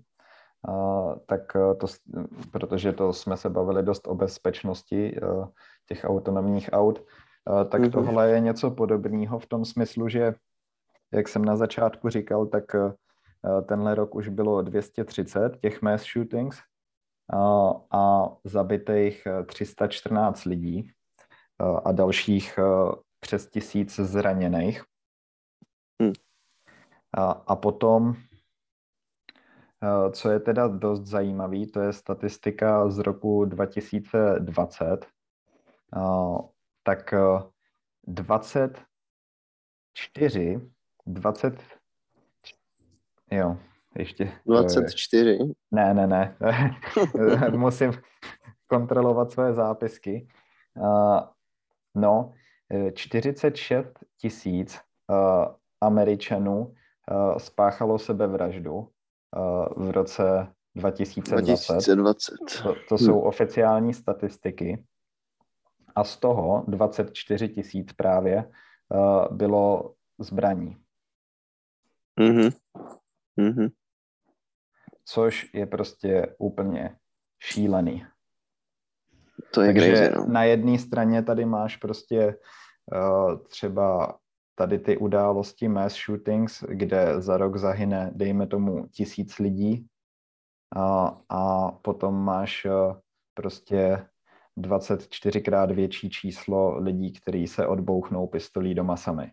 Protože to jsme se bavili dost o bezpečnosti těch autonomních aut, tak tohle je něco podobného v tom smyslu, že, jak jsem na začátku říkal, tak tenhle rok už bylo 230 těch mass shootings a zabitých 314 lidí a dalších přes 1000 zraněných. A potom, co je teda dost zajímavý, to je statistika z roku 2020, tak 20 jo, ještě.
24?
Ne. Musím kontrolovat své zápisky. 46 000 Američanů spáchalo sebevraždu v roce 2020. To jsou oficiální statistiky. A z toho 24 000 právě bylo zbraní. Což je prostě úplně šílený. Takže na jedné straně tady máš prostě třeba tady ty události mass shootings, kde za rok zahyne, dejme tomu, 1000 lidí a potom máš prostě 24krát větší číslo lidí, kteří se odbouchnou pistolí doma sami.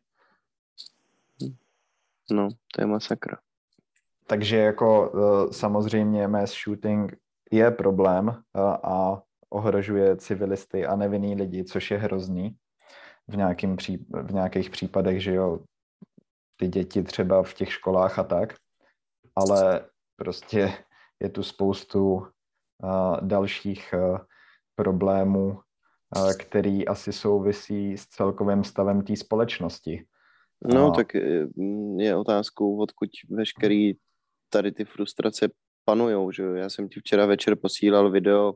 No, to je masakra.
Takže jako samozřejmě mass shooting je problém a ohrožuje civilisty a nevinný lidi, což je hrozný v nějakých případech, že jo, ty děti třeba v těch školách a tak, ale prostě je tu spoustu dalších problémů, který asi souvisí s celkovým stavem té společnosti.
No, tak je otázkou, odkud veškerý tady ty frustrace panujou, že jo. Já jsem ti včera večer posílal video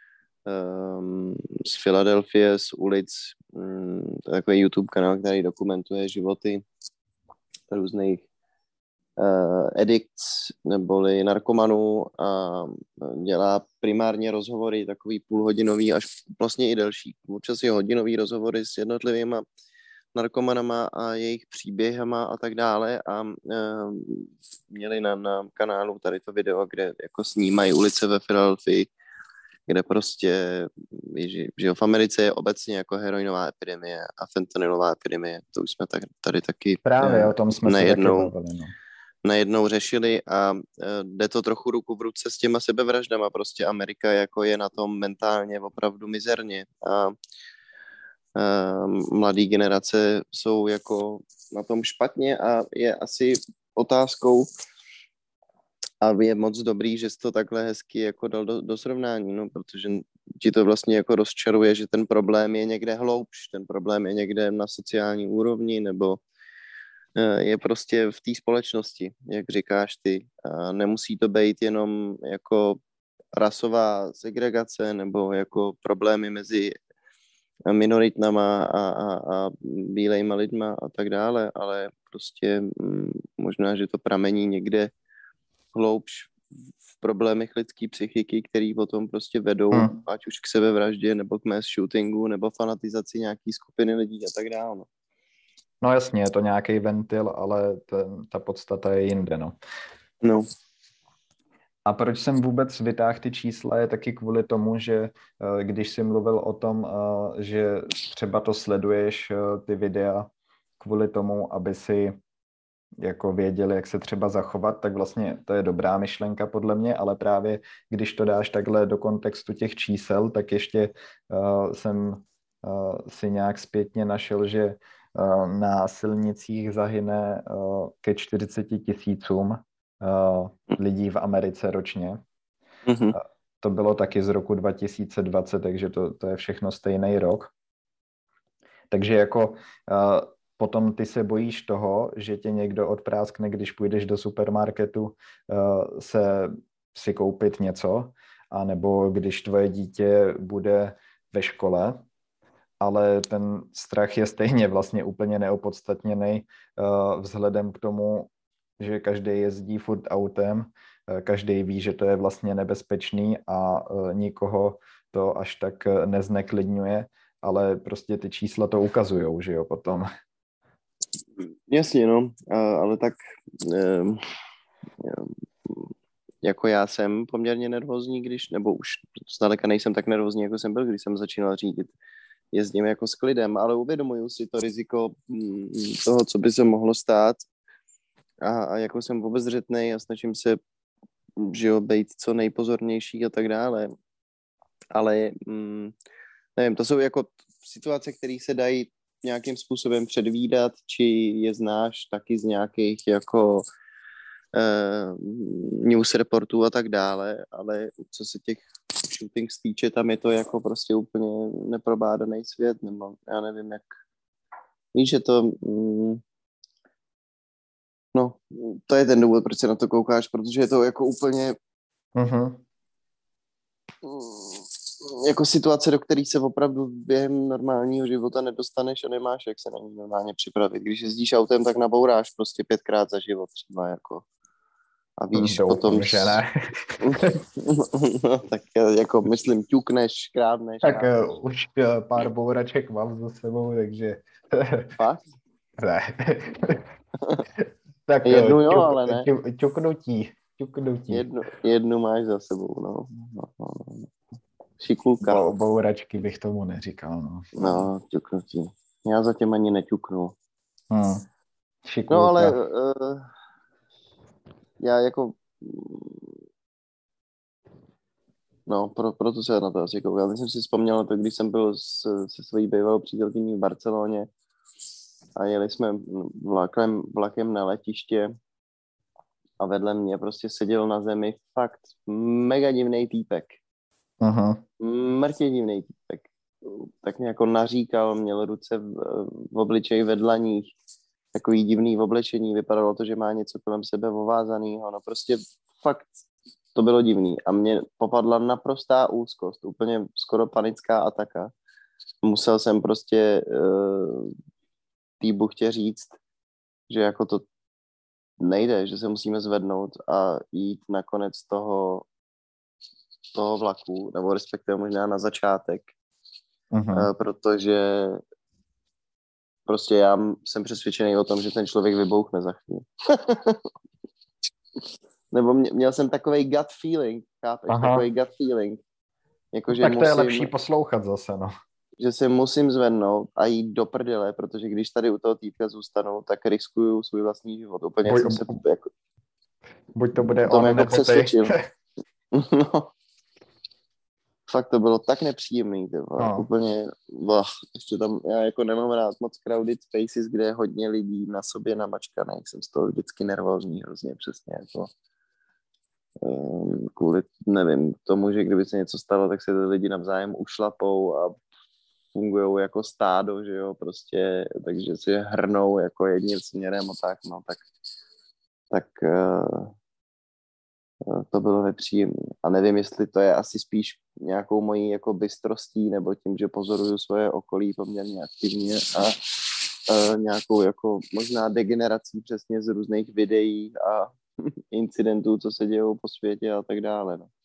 z Filadelfie, z ulic, to je takový YouTube kanál, který dokumentuje životy různých addicts neboli narkomanů a dělá primárně rozhovory takový půlhodinový až vlastně i delší, občas i hodinový rozhovory s jednotlivýma narkomanama a jejich příběhama a tak dále a měli na kanálu tady to video, kde jako snímají ulice ve Filadelfii, kde prostě, že v Americe je obecně jako heroinová epidemie a fentanylová epidemie, to už jsme tady taky
právě o tom jsme
najednou řešili a jde to trochu ruku v ruce s těma sebevraždama, prostě Amerika jako je na tom mentálně opravdu mizerně a mladý generace jsou jako na tom špatně a je asi otázkou a je moc dobrý, že jsi to takhle hezky jako dal do srovnání, no, protože ti to vlastně jako rozčaruje, že ten problém je někde hloubš, ten problém je někde na sociální úrovni nebo je prostě v té společnosti, jak říkáš ty. A nemusí to být jenom jako rasová segregace nebo jako problémy mezi minoritnama a bílejma lidma a tak dále, ale prostě možná, že to pramení někde hloubš v problémech lidské psychiky, který potom prostě vedou ať už k sebevraždě nebo k mass shootingu nebo fanatizaci nějaký skupiny lidí a tak dále.
No jasně, je to nějaký ventil, ale ta podstata je jinde, no.
No.
A proč jsem vůbec vytáhl ty čísla, je taky kvůli tomu, že když jsi mluvil o tom, že třeba to sleduješ, ty videa, kvůli tomu, aby si jako věděli, jak se třeba zachovat, tak vlastně to je dobrá myšlenka podle mě, ale právě když to dáš takhle do kontextu těch čísel, tak ještě jsem si nějak zpětně našel, že na silnicích zahyne ke 40 000 lidí v Americe ročně.
Mm-hmm.
To bylo taky z roku 2020, takže to je všechno stejný rok. Takže jako potom ty se bojíš toho, že tě někdo odpráskne, když půjdeš do supermarketu se si koupit něco, anebo když tvoje dítě bude ve škole, ale ten strach je stejně vlastně úplně neopodstatněný vzhledem k tomu, že každý jezdí furt autem, každý ví, že to je vlastně nebezpečný a nikoho to až tak nezneklidňuje, ale prostě ty čísla to ukazujou, že jo, potom.
Jasně, no, ale tak jako já jsem poměrně nervózní, nebo už zdaleka nejsem tak nervózní, jako jsem byl, když jsem začínal řídit. Jezdím jako s klidem, ale uvědomuju si to riziko toho, co by se mohlo stát a jako jsem obezřetnej a snažím se, že jo, být co nejpozornější a tak dále. Ale nevím, to jsou jako situace, které se dají nějakým způsobem předvídat, či je znáš taky z nějakých jako news reportů a tak dále, ale co se těch shootings týče, tam je to jako prostě úplně neprobádaný svět, nebo já nevím, jak víš, že to no, to je ten důvod, proč se na to koukáš, protože je to jako úplně jako situace, do které se opravdu během normálního života nedostaneš a nemáš, jak se na ní normálně připravit. Když jezdíš autem, tak nabouráš prostě 5krát za život třeba, jako. A víš,
Doufám,
potom...
že ne.
No, tak jako myslím, ťukneš, krádneš.
Tak už pár bouraček mám za sebou, takže...
Fakt?
Ne. Tak
Jednu jo, ale ne.
ťuknutí.
Jednu máš za sebou, no. Šikulka.
Bouračky bych tomu neříkal, no.
No, ťuknutí. Já zatím ani neťuknu.
Šikulka.
No, ale já jako no, proto se na to asi koukal. Já jsem si vzpomněl to, když jsem byl se svojí bývalou přítelkyní v Barceloně a jeli jsme vlakem na letiště a vedle mě prostě seděl na zemi fakt mega divnej týpek. Mrtě divnej týpek. Tak mě jako naříkal, měl ruce v obličeji ve dlaních, takový divný oblečení, vypadalo to, že má něco kolem sebe ovázanýho, no prostě fakt to bylo divný a mě popadla naprostá úzkost, úplně skoro panická ataka. Musel jsem prostě té buchtě říct, že jako to nejde, že se musíme zvednout a jít na konec toho vlaku, nebo respektive možná na začátek, protože prostě já jsem přesvědčený o tom, že ten člověk vybouchne za chvíli. Nebo měl jsem takovej gut feeling, chápeš? Takový gut feeling. Jako, že
tak to je lepší poslouchat zase, no.
Že se musím zvednout a jít do prdele, protože když tady u toho týpka zůstanu, tak riskuju svůj vlastní život. Úplně jsem se jako...
Buď to bude on,
jako
nebo
přesvědčil. No. Fakt to bylo tak nepříjemný, úplně, ještě tam, já jako nemám rád moc crowded spaces, kde je hodně lidí na sobě namačkaných, jsem z toho vždycky nervózní, hrozně přesně, jako kvůli, nevím, tomu, že kdyby se něco stalo, tak se ty lidi navzájem ušlapou a fungujou jako stádo, že jo, prostě, takže si hrnou jako jedním směrem a tak, no, tak to bylo nepříjemné. A nevím, jestli to je asi spíš nějakou mojí jako bystrostí, nebo tím, že pozoruju svoje okolí poměrně aktivně a nějakou jako možná degenerací přesně z různých videí a incidentů, co se dějou po světě a tak dále. No.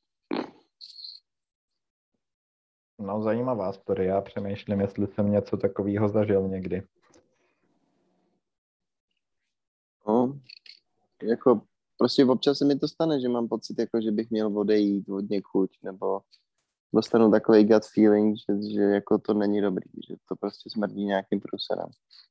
No, zajímavá story. Já přemýšlím, jestli jsem něco takového zažil někdy.
No, jako prostě občas se mi to stane, že mám pocit, jako, že bych měl odejít od někud, nebo dostanu takový gut feeling, že jako to není dobrý, že to prostě smrdí nějakým průserem.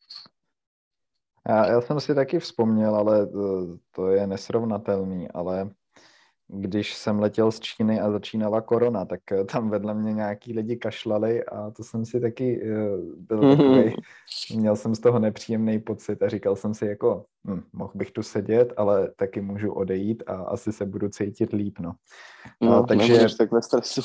Já jsem si taky vzpomněl, ale to je nesrovnatelný, ale když jsem letěl z Číny a začínala korona, tak tam vedle mě nějaký lidi kašlali a to jsem si taky byl takovej, měl jsem z toho nepříjemný pocit a říkal jsem si jako, mohl bych tu sedět, ale taky můžu odejít a asi se budu cítit líp, no.
No,
Takže
nebudeš tak ve stresu.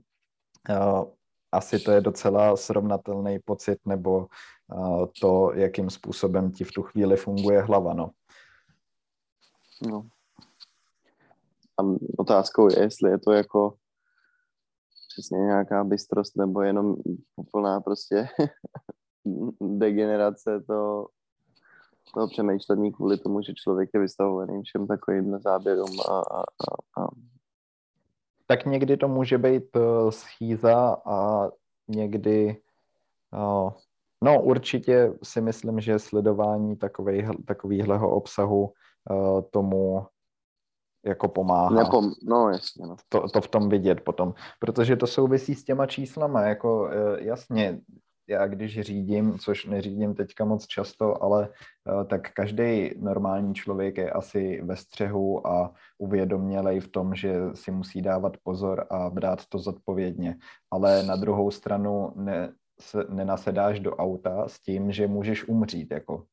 asi to je docela srovnatelný pocit, nebo to, jakým způsobem ti v tu chvíli funguje hlava, no.
No. A otázkou je, jestli je to jako přesně nějaká bystrost, nebo jenom úplná prostě degenerace toho přemýšlení kvůli tomu, že člověk je vystavovaný všem takovým záběrům a
Tak někdy to může být schýza a někdy, no určitě si myslím, že sledování takovýhleho obsahu tomu jako pomáhá.
No jasně, no.
To v tom vidět potom, protože to souvisí s těma číslama, jako jasně, já když řídím, což neřídím teďka moc často, ale tak každý normální člověk je asi ve střehu a uvědomělej v tom, že si musí dávat pozor a brát to zodpovědně. Ale na druhou stranu nenasedáš do auta s tím, že můžeš umřít, jako.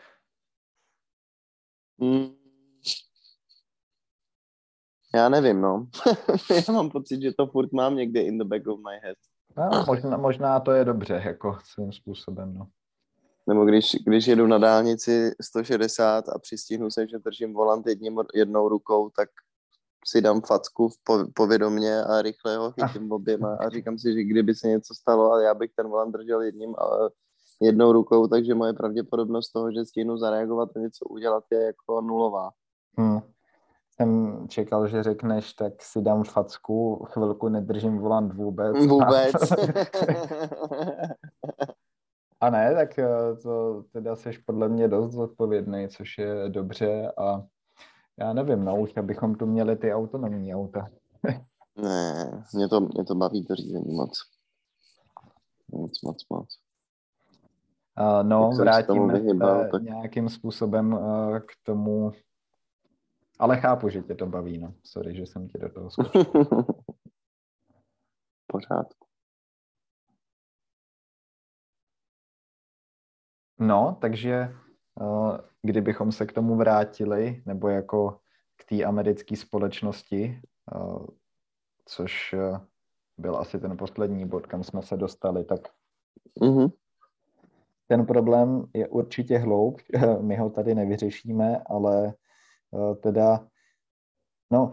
Já nevím, no. Já mám pocit, že to furt mám někde in the back of my head.
No, možná to je dobře, jako svým způsobem, no.
Nebo když jedu na dálnici 160 a přistihnu se, že držím volant jednou rukou, tak si dám facku povědomě a rychle ho chytím oběma a říkám si, že kdyby se něco stalo a já bych ten volant držel jednou rukou, takže moje pravděpodobnost toho, že stihnu zareagovat a něco udělat, je jako nulová.
Jsem čekal, že řekneš, tak si dám facku, chvilku nedržím volant vůbec.
Vůbec.
A ne, tak to teda seš podle mě dost zodpovědný, což je dobře a já nevím, no už abychom tu měli ty autonomní auta.
Ne, mě to baví to řízení moc. Moc.
No, vrátíme se nějakým způsobem k tomu, ale chápu, že tě to baví, no. Sorry, že jsem ti do toho skočil.
Pořádku.
No, takže kdybychom se k tomu vrátili, nebo jako k té americké společnosti, což byl asi ten poslední bod, kam jsme se dostali, tak ten problém je určitě hloub, my ho tady nevyřešíme, ale teda, no,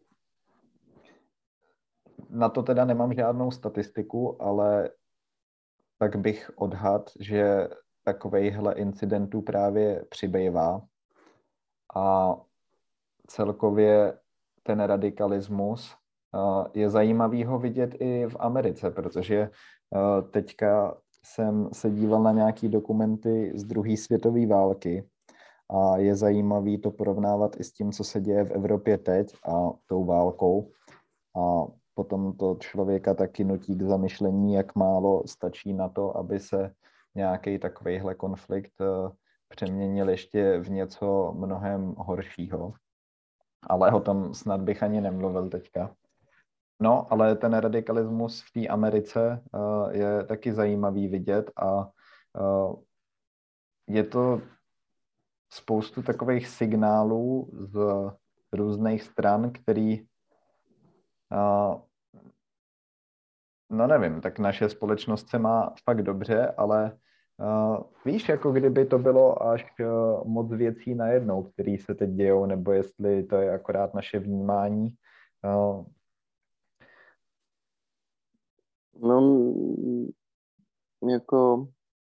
na to teda nemám žádnou statistiku, ale tak bych odhad, že takovejhle incidentů právě přibývá a celkově ten radikalismus je zajímavý ho vidět i v Americe, protože teďka jsem se díval na nějaký dokumenty z druhé světové války a je zajímavý to porovnávat i s tím, co se děje v Evropě teď a tou válkou. A potom to člověka taky nutí k zamyšlení, jak málo stačí na to, aby se nějaký takovejhle konflikt přeměnil ještě v něco mnohem horšího. Ale o tom snad bych ani nemluvil teďka. No, ale ten radikalismus v té Americe je taky zajímavý vidět a je to spoustu takových signálů z různých stran, který no nevím, tak naše společnost se má fakt dobře, ale víš, jako kdyby to bylo až moc věcí najednou, které se teď dějou, nebo jestli to je akorát naše vnímání.
No, jako...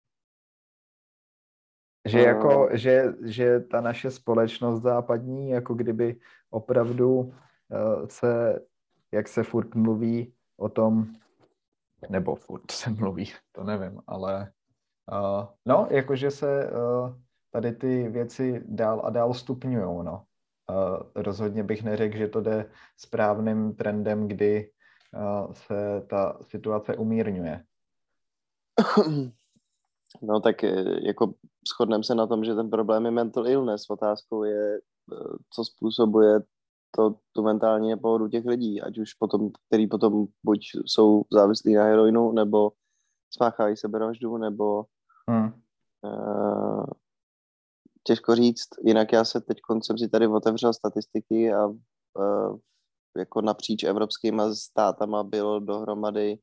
Že ta naše společnost západní, jako kdyby opravdu jak se furt mluví o tom, nebo furt se mluví, to nevím, ale no, jakože se tady ty věci dál a dál stupňujou, no. Rozhodně bych neřekl, že to jde správným trendem, kdy se ta situace umírňuje.
No tak jako shodneme se na tom, že ten problém je mental illness. Otázkou je, co způsobuje tu mentální nepohodu těch lidí, ať už potom, který potom buď jsou závislí na heroinu, nebo spáchají sebevraždu, nebo těžko říct. Jinak já se teď jsem si tady otevřel statistiky a jako napříč evropskýma státama bylo dohromady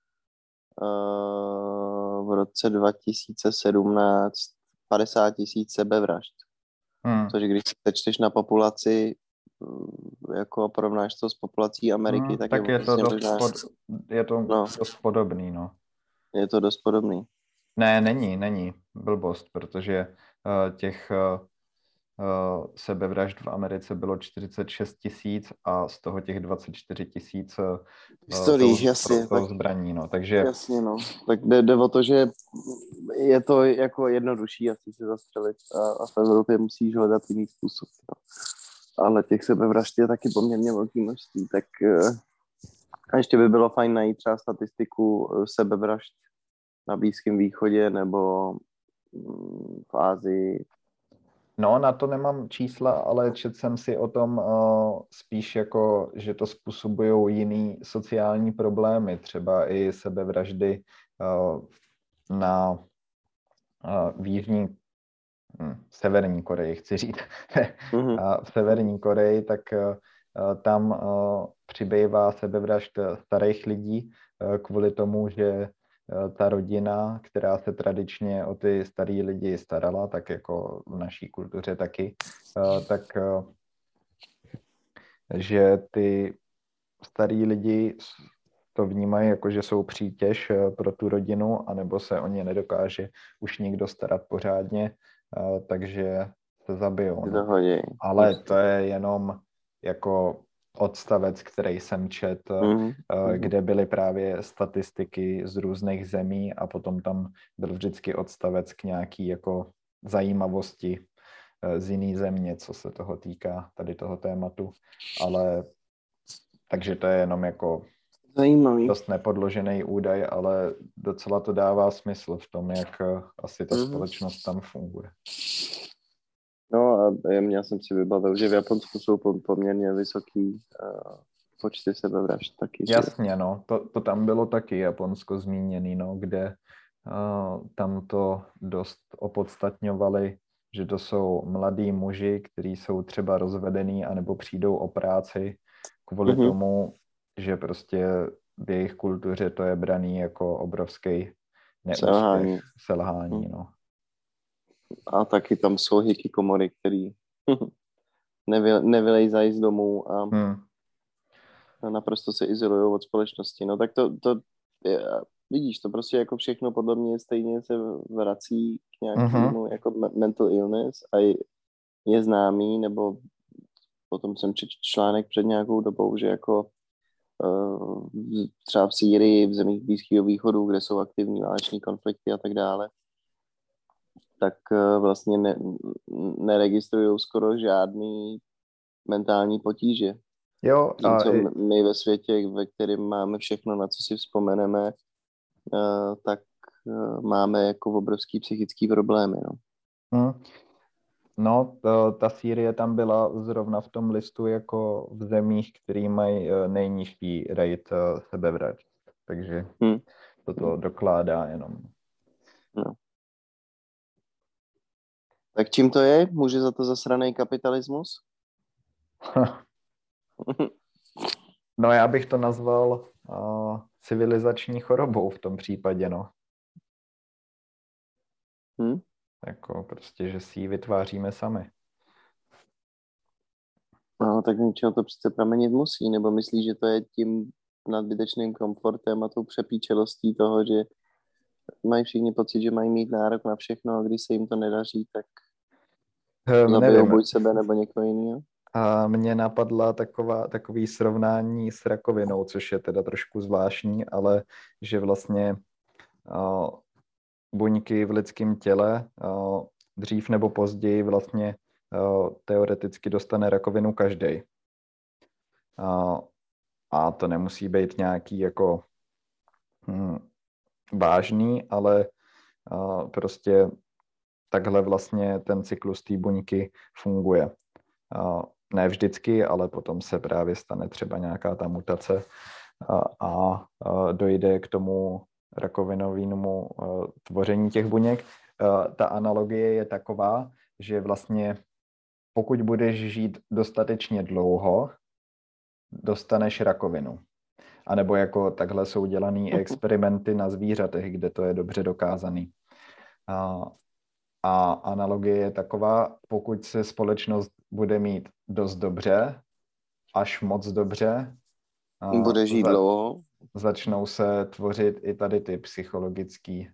v roce 2017 50 000 sebevražd. Což když se přečteš na populaci, jako porovnáš to s populací Ameriky,
tak je to dost podobný, no.
Je to dost podobný.
Ne, není blbost, protože těch sebevražd v Americe bylo 46 000 a z toho těch 24 000 jsou zbraní, no, takže...
Jasně, no. Tak jde o to, že je to jako jednodušší asi se zastřelit a v Evropě musíš hledat jiný způsob. No. Ale těch sebevražd je taky poměrně velký množství, tak a ještě by bylo fajn najít třeba statistiku sebevražd na Blízkém východě nebo v Ázii.
No, na to nemám čísla, ale četl jsem si o tom spíš jako, že to způsobují jiný sociální problémy, třeba i sebevraždy v Severní Koreji, chci říct. V Severní Koreji, tak tam přibývá sebevražd starých lidí kvůli tomu, že ta rodina, která se tradičně o ty starý lidi starala, tak jako v naší kultuře taky, tak že ty starý lidi to vnímají jako, že jsou přítěž pro tu rodinu, anebo se o ně nedokáže už nikdo starat pořádně, takže se zabijou. No. Ale to je jenom jako odstavec, který jsem četl, kde byly právě statistiky z různých zemí a potom tam byl vždycky odstavec k nějaký jako zajímavosti z jiný země, co se toho týká, tady toho tématu. Ale takže to je jenom jako dost nepodložený údaj, ale docela to dává smysl v tom, jak asi ta společnost tam funguje.
No a já jsem si vybavil, že v Japonsku jsou poměrně vysoký počty sebevražd taky.
Jasně, no, to tam bylo taky Japonsko zmíněný, no, kde tam to dost opodstatňovali, že to jsou mladí muži, kteří jsou třeba rozvedení anebo přijdou o práci kvůli tomu, že prostě v jejich kultuře to je braný jako obrovský neúspěch, selhání, no.
A taky tam jsou hikikomory, který nevylejzají z domů a naprosto se izolují od společnosti. No tak to vidíš, to prostě jako všechno podle mě stejně se vrací k nějakému jako mental illness a je známý, nebo potom jsem četl článek před nějakou dobou, že jako třeba v Sýrii, v zemích Blízkého východu, kde jsou aktivní váleční konflikty a tak dále, tak vlastně neregistrují skoro žádný mentální potíže.
Jo,
my ve světě, ve kterém máme všechno, na co si vzpomeneme, tak máme jako obrovský psychický problémy. No.
No, ta Sýrie tam byla zrovna v tom listu jako v zemích, který mají nejnižší rate sebevražd. Takže toto dokládá jenom.
No. Tak čím to je? Může za to zasranej kapitalismus?
No, já bych to nazval civilizační chorobou v tom případě, no. Jako prostě, že si ji vytváříme sami.
No, tak něčeho to přece pramenit musí, nebo myslíš, že to je tím nadbytečným komfortem a tou přepíčelostí toho, že mají všichni pocit, že mají mít nárok na všechno a když se jim to nedaří, tak zabijou buď sebe nebo někoho jiného?
A mně napadla takový srovnání s rakovinou, což je teda trošku zvláštní, ale že vlastně buňky v lidském těle dřív nebo později vlastně teoreticky dostane rakovinu každej. A to nemusí být nějaký jako vážný, ale prostě takhle vlastně ten cyklus té buňky funguje. Ne vždycky, ale potom se právě stane třeba nějaká ta mutace a dojde k tomu rakovinovému tvoření těch buněk. Ta analogie je taková, že vlastně pokud budeš žít dostatečně dlouho, dostaneš rakovinu. A nebo jako takhle jsou dělaný experimenty na zvířatech, kde to je dobře dokázaný. A analogie je taková, pokud se společnost bude mít dost dobře, až moc dobře,
bude žít dlouho,
začnou se tvořit i tady ty psychologický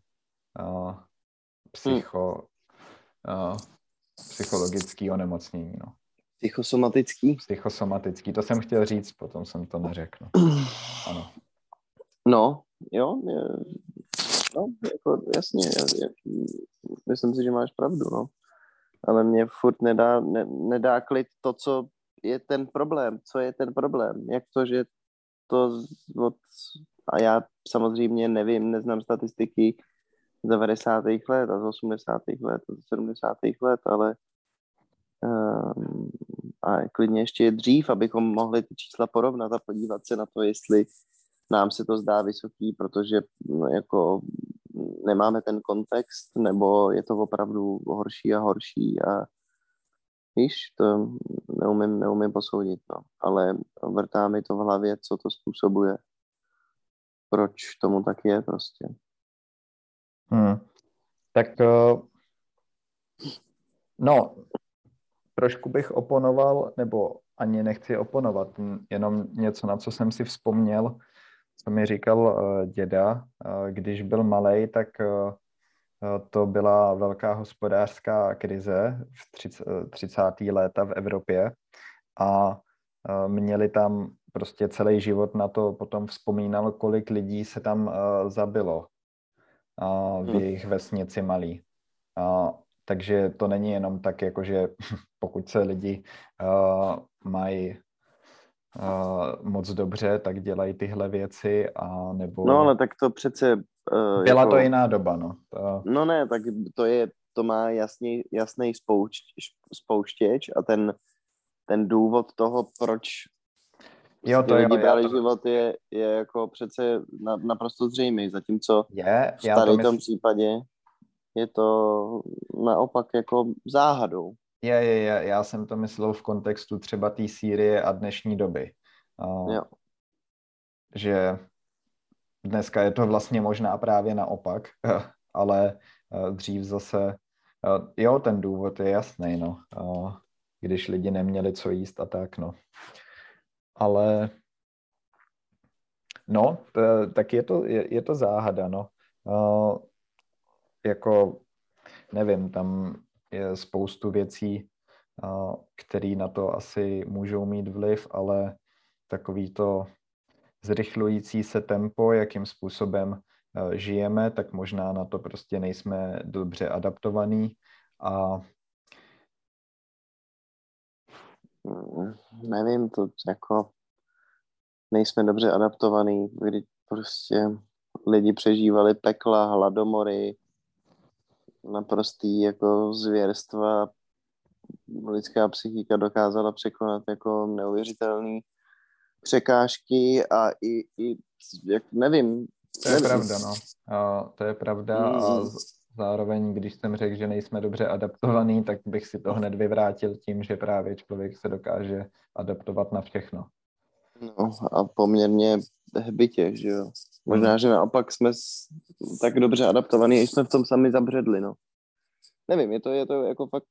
psychologický onemocnění. No. Psychosomatický, to jsem chtěl říct, potom jsem to neřekl. Ano.
No, jo, no, jako jasně, myslím si, že máš pravdu, no. Ale mě furt nedá klid to, co je ten problém. Co je ten problém? Jak to, že to a já samozřejmě nevím, neznám statistiky z 90. let a z 80. let a z 70. let, ale a klidně ještě dřív, abychom mohli ty čísla porovnat a podívat se na to, jestli nám se to zdá vysoký, protože jako nemáme ten kontext, nebo je to opravdu horší a horší a víš, to neumím posoudit, no. Ale vrtá mi to v hlavě, co to způsobuje. Proč tomu tak je prostě.
Tak no, trošku bych oponoval, nebo ani nechci oponovat, jenom něco, na co jsem si vzpomněl, co mi říkal děda, když byl malej, tak to byla velká hospodářská krize v 30. léta v Evropě a měli tam prostě celý život na to, potom vzpomínal, kolik lidí se tam zabilo v jejich vesnici malý. Takže to není jenom tak, jako že pokud se lidi mají moc dobře, tak dělají tyhle věci, a nebo...
No, ale tak to přece...
Byla jako... to jiná doba, no.
No ne, tak to má jasný spouštěč a ten důvod toho, proč lidi brali život, je jako přece naprosto zřejmý, zatímco v tady tom případě je to naopak jako záhadou.
Já jsem to myslel v kontextu třeba té Sýrie a dnešní doby.
Jo.
Že dneska je to vlastně možná právě naopak, ale dřív zase, jo, ten důvod je jasný, no. Když lidi neměli co jíst a tak, no. Ale no, tak je to záhada, no. Jako, nevím, tam je spoustu věcí, které na to asi můžou mít vliv, ale takový to zrychlující se tempo, jakým způsobem žijeme, tak možná na to prostě nejsme dobře adaptovaní a
nevím, to jako nejsme dobře adaptovaní, kdy prostě lidi přežívali pekla, hladomory, naprostý jako zvěrstva, lidská psychika dokázala překonat jako neuvěřitelný překážky a i jak nevím.
To je pravda, no. To je pravda a zároveň, když jsem řekl, že nejsme dobře adaptovaní, tak bych si to hned vyvrátil tím, že právě člověk se dokáže adaptovat na všechno.
No a poměrně hbitě, že jo. Možná, že naopak jsme tak dobře adaptovaní, že jsme v tom sami zabředli, no. Nevím, je to jako fakt...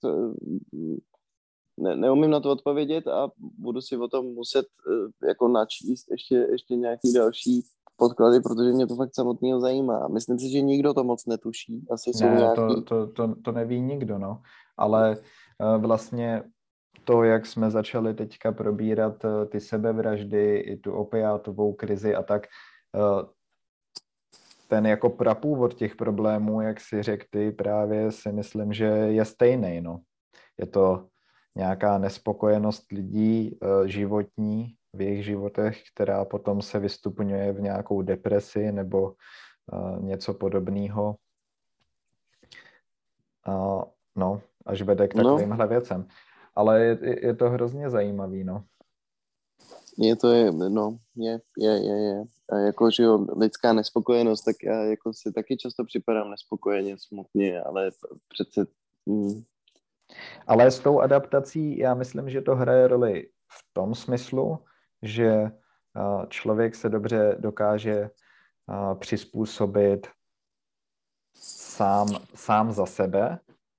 Neumím na to odpovědět a budu si o tom muset jako načíst ještě nějaký další podklady, protože mě to fakt samotného zajímá. Myslím si, že nikdo to moc netuší. Asi jsou nějaký...
to neví nikdo, no. Ale vlastně to, jak jsme začali teďka probírat ty sebevraždy, i tu opiátovou krizi a tak, ten jako prapůvod těch problémů, jak si řekl ty, právě si myslím, že je stejný, no. Je to nějaká nespokojenost lidí životní v jejich životech, která potom se vystupňuje v nějakou depresi nebo něco podobného. No, až vede k takovýmhle věcem. Ale je to hrozně zajímavý, no.
Je. A jako, že jo, lidská nespokojenost, tak já jako si taky často připadám nespokojeně, smutně, ale přece...
Ale s tou adaptací já myslím, že to hraje roli v tom smyslu, že člověk se dobře dokáže přizpůsobit sám za sebe.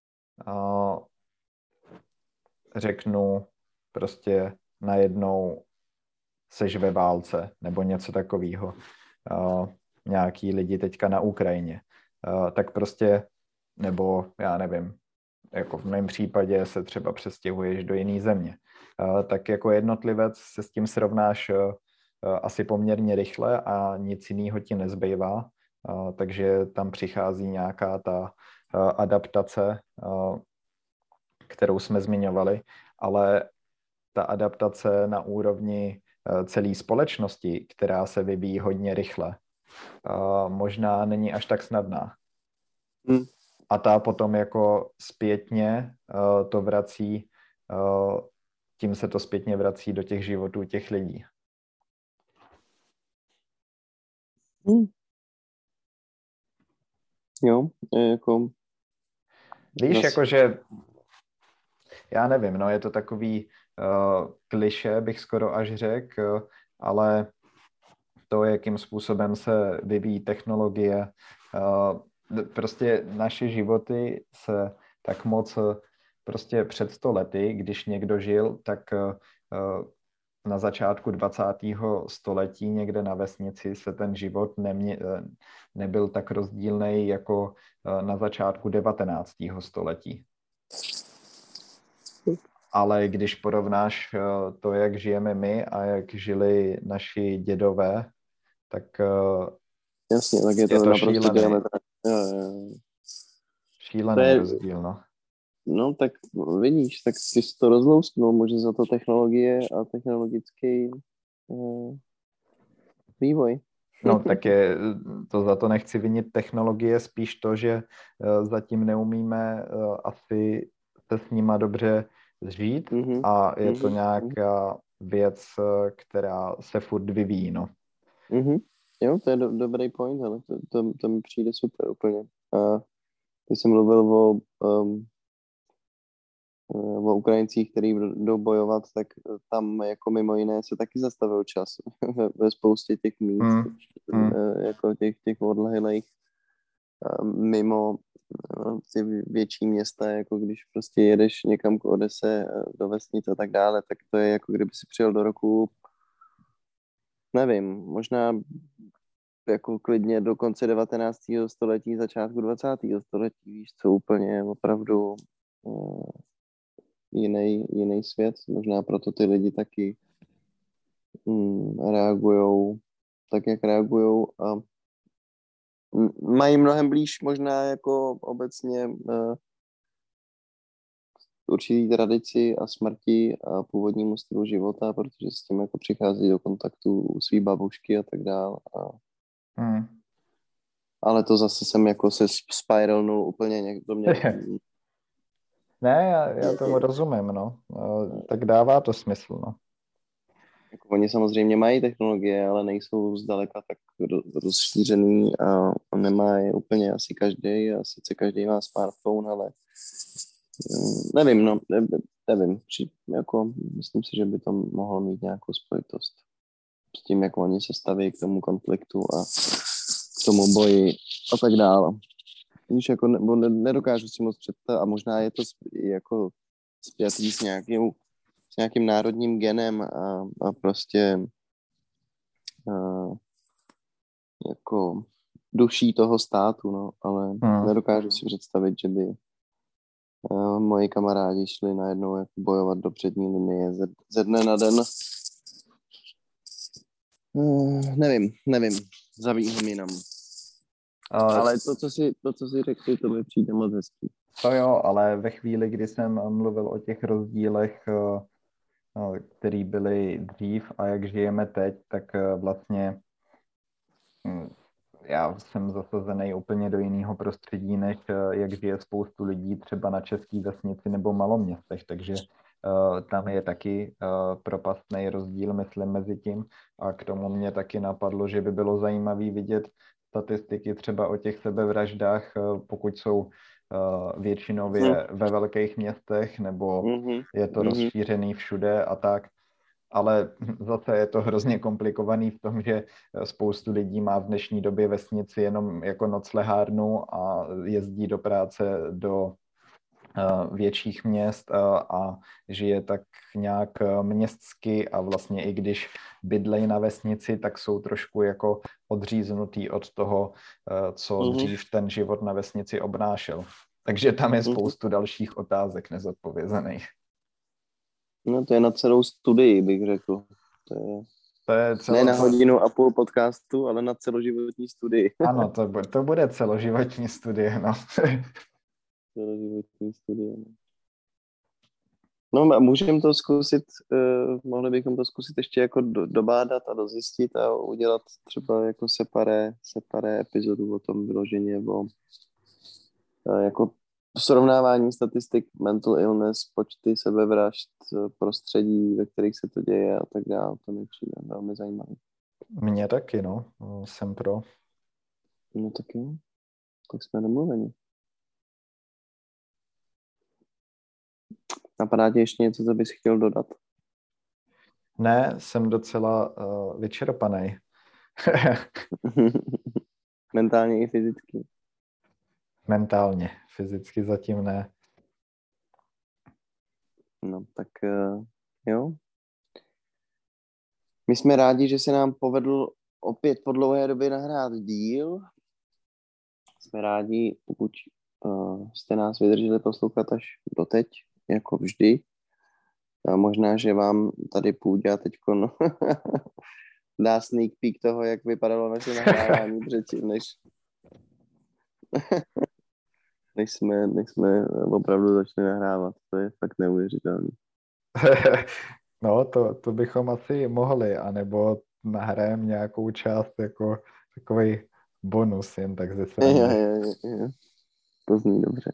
Řeknu prostě najednou seš ve válce nebo něco takového. Nějaký lidi teďka na Ukrajině. Tak prostě, nebo já nevím, jako v mém případě se třeba přestěhuješ do jiné země. Tak jako jednotlivec se s tím srovnáš asi poměrně rychle a nic jiného ti nezbývá. Takže tam přichází nějaká ta adaptace, kterou jsme zmiňovali, ale ta adaptace na úrovni celé společnosti, která se vyvíjí hodně rychle, možná není až tak snadná. A ta potom jako zpětně to vrací, tím se to zpětně vrací do těch životů těch lidí.
Jo, jako...
Víš, jakože, já nevím, no je to takový klišé, bych skoro až řekl, ale to, jakým způsobem se vyvíjí technologie, prostě naše životy se tak moc prostě před 100 lety, když někdo žil, tak na začátku 20. století někde na vesnici se ten život nebyl tak rozdílný jako na začátku 19. století. Ale když porovnáš to, jak žijeme my a jak žili naši dědové, tak
jasně, tak je to naprosto diametrální.
Šílený rozdíl, no.
No, tak vidíš, tak si to rozlousknul, může za to technologie a technologický vývoj.
No, tak za to nechci vinit technologie, spíš to, že zatím neumíme asi se s nima dobře zžít a je to nějaká věc, která se furt vyvíjí, no.
Jo, to je dobrý point, ale to mi přijde super úplně. A když jsem mluvil o Ukrajincích, kteří jdou bojovat, tak tam jako mimo jiné se taky zastavil čas ve spoustě těch míst, jako těch odlehlých mimo ty větší města, jako když prostě jedeš někam k Odese, do vesnice a tak dále, tak to je jako kdyby si přijel do roku, nevím, možná jako klidně do konce 19. století, začátku 20. století, víš, co úplně opravdu jiný svět. Možná proto ty lidi taky reagujou tak, jak reagujou a mají mnohem blíž možná jako obecně určitý tradici a smrti a původnímu stylu života, protože s tím jako přichází do kontaktu u svý babušky a tak dál. Ale to zase jsem jako se spiralnul úplně do mě.
Ne, já tomu rozumím, no. Tak dává to smysl, no.
Jako oni samozřejmě mají technologie, ale nejsou zdaleka tak rozšířený a nemá je úplně asi každý a sice každý má smartphone, ale nevím, jako myslím si, že by to mohlo mít nějakou spojitost s tím, jak oni se staví k tomu konfliktu a k tomu boji a tak dále. Víš, jako nedokážu si moc představit a možná je to jako spjatý s nějakým národním genem a prostě jako duší toho státu, no, ale nedokážu si představit, že by moji kamarádi šli najednou jako bojovat do přední linie ze dne na den. Nevím, zabíjím jinam. Ale to, co si řekli, to mi přijde moc hezký.
To jo, ale ve chvíli, kdy jsem mluvil o těch rozdílech, který byly dřív a jak žijeme teď, tak vlastně já jsem zasazený úplně do jiného prostředí, než jak žije spoustu lidí třeba na české vesnici nebo maloměstech, takže tam je taky propastný rozdíl, myslím, mezi tím. A k tomu mě taky napadlo, že by bylo zajímavé vidět statistiky třeba o těch sebevraždách, pokud jsou většinově ve velkých městech, nebo je to rozšířený všude a tak. Ale zase je to hrozně komplikovaný v tom, že spoustu lidí má v dnešní době vesnici jenom jako noclehárnu a jezdí do práce do větších měst a žije tak nějak městsky a vlastně i když bydlejí na vesnici, tak jsou trošku jako odříznutý od toho, co dřív ten život na vesnici obnášel. Takže tam je spoustu dalších otázek nezodpovězených.
No to je na celou studii, bych řekl. To je ne na hodinu a půl podcastu, ale na celoživotní studii.
Ano, to bude celoživotní studie, no.
Celoživotní studie, no. No, můžeme to zkusit, mohli bychom to zkusit ještě jako dobádat a dozjistit a udělat třeba jako separé epizodu o tom vyloženě, jako srovnávání statistik mental illness, počty sebevražd, prostředí, ve kterých se to děje a tak dále. To mi přijde velmi zajímavé.
Mně taky, no. Jsem pro.
No tak jo. Tak jsme domluveni. Napadá ti ještě něco, co bys chtěl dodat?
Ne, jsem docela vyčerpaný.
Mentálně i fyzicky.
Mentálně, fyzicky zatím ne.
No tak jo. My jsme rádi, že se nám povedl opět po dlouhé době nahrát díl. Jsme rádi, pokud jste nás vydrželi poslouchat až doteď, jako vždy. A možná, že vám tady Půďa teďko dá sneak peek toho, jak vypadalo naše nahrávání předtím, než jsme opravdu začali nahrávat. To je fakt neuvěřitelné.
No, to bychom asi mohli, anebo nahrajeme nějakou část jako takový bonus, jen tak ze srandy.
Jo. To zní dobře.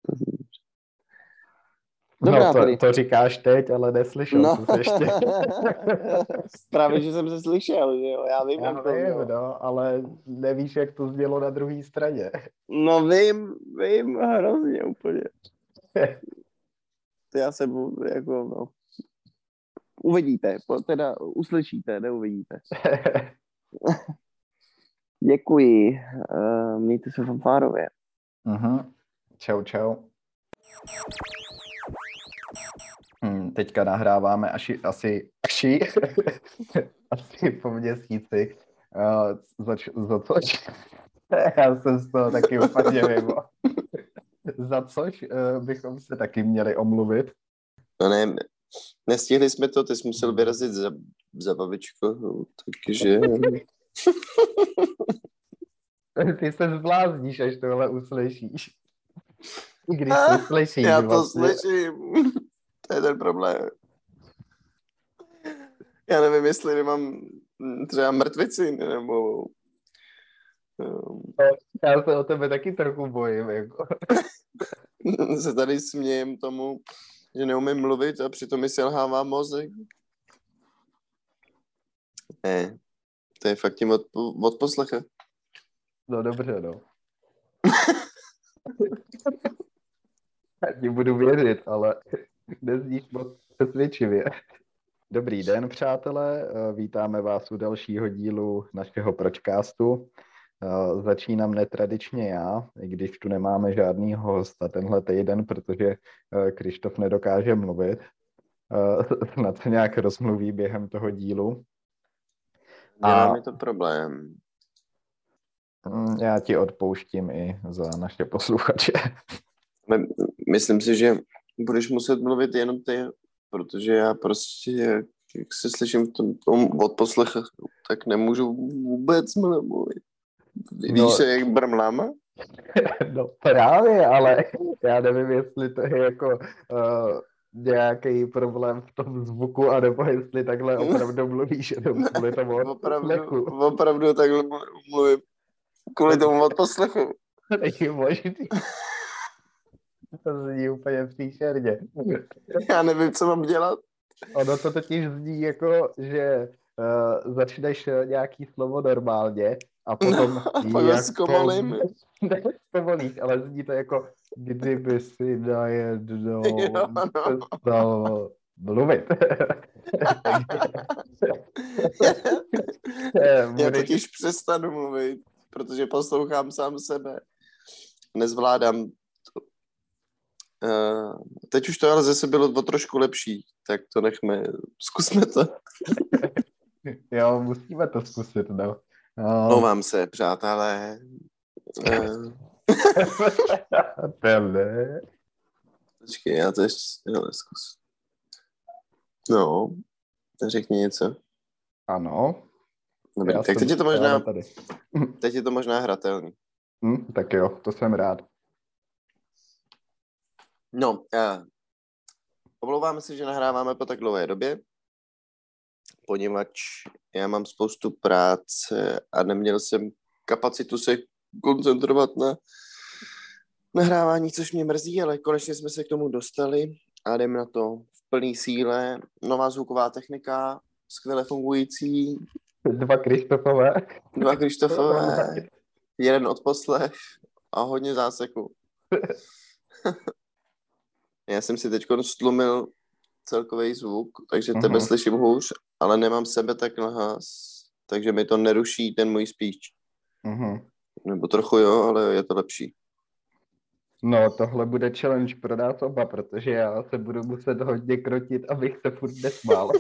Dobrá,
no, to říkáš teď, ale neslyšel jsem se ještě.
Právě, že jsem se slyšel, že jo, já vím, jak to
vím, no, ale nevíš, jak to znělo na druhé straně.
No vím, hrozně úplně. Já se budu, jako, no. Uvidíte, teda uslyšíte, neuvidíte. Děkuji, mějte se fanfárově.
Čau. Teďka nahráváme asi po měsíci. Za což? Já jsem z toho taky úplně mimo. Za což bychom se taky měli omluvit.
No ne, nestihli jsme to, ty jsi musel vyrazit za babičko, takže...
Ty se zblázníš, až tohle uslyšíš. I když to slyšíš.
Já to slyším. To je ten problém. Já nevím, jestli nemám třeba mrtvici, nebo...
Já se o tebe taky trochu bojím, jako.
Se tady smějem tomu, že neumím mluvit a přitom mi selhává mozek. Ne, to je fakt tím odposlecha.
No dobře, no. Já ti budu věřit, ale nezníš moc přesvědčivě. Dobrý den, přátelé, vítáme vás u dalšího dílu našeho Pročcastu. Začínám netradičně já, i když tu nemáme žádný hosta tenhle týden, protože Krištof nedokáže mluvit. Snad se nějak rozmluví během toho dílu.
Dělá mi to problém.
Já ti odpouštím i za naše posluchače.
Myslím si, že budeš muset mluvit jenom ty, protože já prostě, jak se slyším v tom odposlechu, tak nemůžu vůbec mluvit. Víš se, jak brmlám?
No právě, ale já nevím, jestli to je jako nějaký problém v tom zvuku, anebo jestli takhle opravdu mluvíš jenom kvůli tomu odposlechu.
Opravdu takhle mluvím. Kvůli tomu odposlechu.
Není možný. To zní úplně příšerně.
Já nevím, co mám dělat.
Ono to totiž zní jako, že začneš nějaký slovo normálně a potom
a pak ho zkomolím.
Zkomolíš, ale zní to jako, kdyby si najednou přestal mluvit.
Já totiž přestanu mluvit, protože poslouchám sám sebe. Nezvládám to. Teď už to ale zase bylo o trošku lepší, tak to nechme, zkusme to.
Jo, musíme to zkusit, no.
Omlouvám se, přátelé. Počkej, já to ještě zkus. No, řekni něco.
Ano.
Dobrý, tak teď je to možná hratelný.
Tak jo, to jsem rád.
No, omlouváme se, že nahráváme po tak dlouhé době, poněvadž já mám spoustu práce a neměl jsem kapacitu se koncentrovat na nahrávání, což mě mrzí, ale konečně jsme se k tomu dostali a jdeme na to v plný síle. Nová zvuková technika, skvěle fungující.
Dva Krištofové,
jeden odposlech a hodně záseku. Já jsem si teď stlumil celkový zvuk, takže tebe slyším hůř, ale nemám sebe tak nahlas, takže mi to neruší ten můj speech. Nebo trochu jo, ale je to lepší.
No, tohle bude challenge pro nás oba, protože já se budu muset hodně krotit, abych se furt nesmál.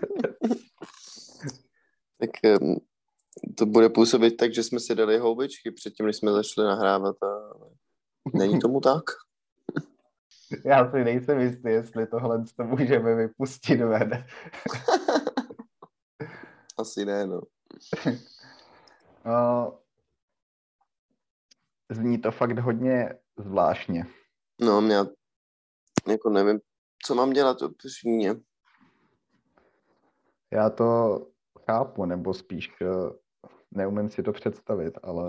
Tak to bude působit tak, že jsme si dali houbičky předtím, než jsme začali nahrávat a není tomu tak?
Já si nejsem jistý, jestli tohle to můžeme vypustit ven.
Asi ne, no.
Zní to fakt hodně zvláštně.
No, já jako nevím, co mám dělat upřímně.
Já to chápu, nebo spíš neumím si to představit, ale...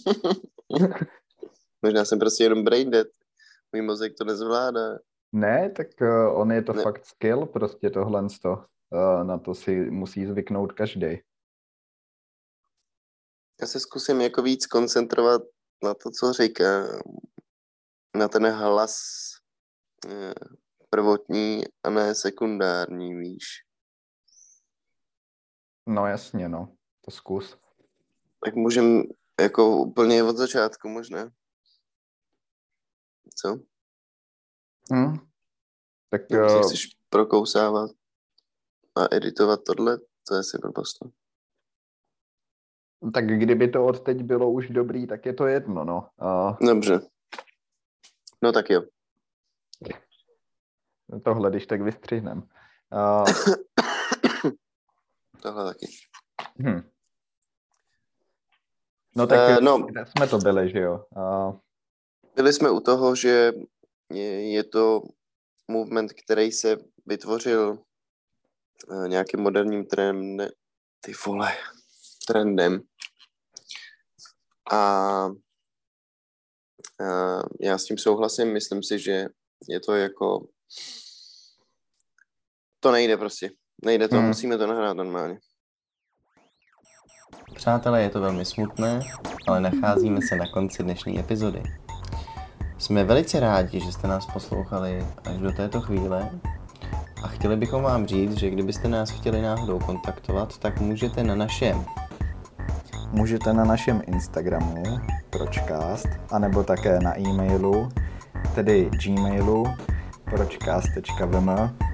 Možná jsem prostě jenom brain dead. Můj mozek to nezvládá.
Ne, tak on je to fakt skill, prostě tohle na to si musí zvyknout každý.
Já se zkusím jako víc koncentrovat na to, co říká, na ten hlas prvotní a ne sekundární, víš.
No jasně, no, to zkus.
Tak můžem jako úplně od začátku možná. Co?
Tak
si chceš prokousávat a editovat tohle, to je si blbost.
Tak kdyby to od teď bylo už dobrý, tak je to jedno, no.
Dobře. No tak jo.
Tohle, když tak vystřihnem.
Tohle taky.
No tak kde jsme to byli, že jo?
Byli jsme u toho, že je to movement, který se vytvořil nějakým moderním trendem. A já s tím souhlasím, myslím si, že je to jako... To nejde prostě. Nejde to, musíme to nahrát normálně.
Přátelé, je to velmi smutné, ale nacházíme se na konci dnešní epizody. Jsme velice rádi, že jste nás poslouchali až do této chvíle a chtěli bychom vám říct, že kdybyste nás chtěli náhodou kontaktovat, tak můžete na našem Instagramu pročcast, anebo také na e-mailu, tedy gmailu pročcast.vm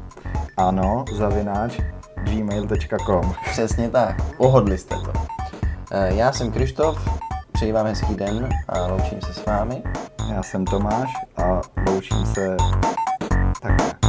@gmail.com. Přesně tak, pohodli jste to. Já jsem Krištof, přeji vám hezký den a loučím se s vámi.
Já jsem Tomáš a loučím se takhle.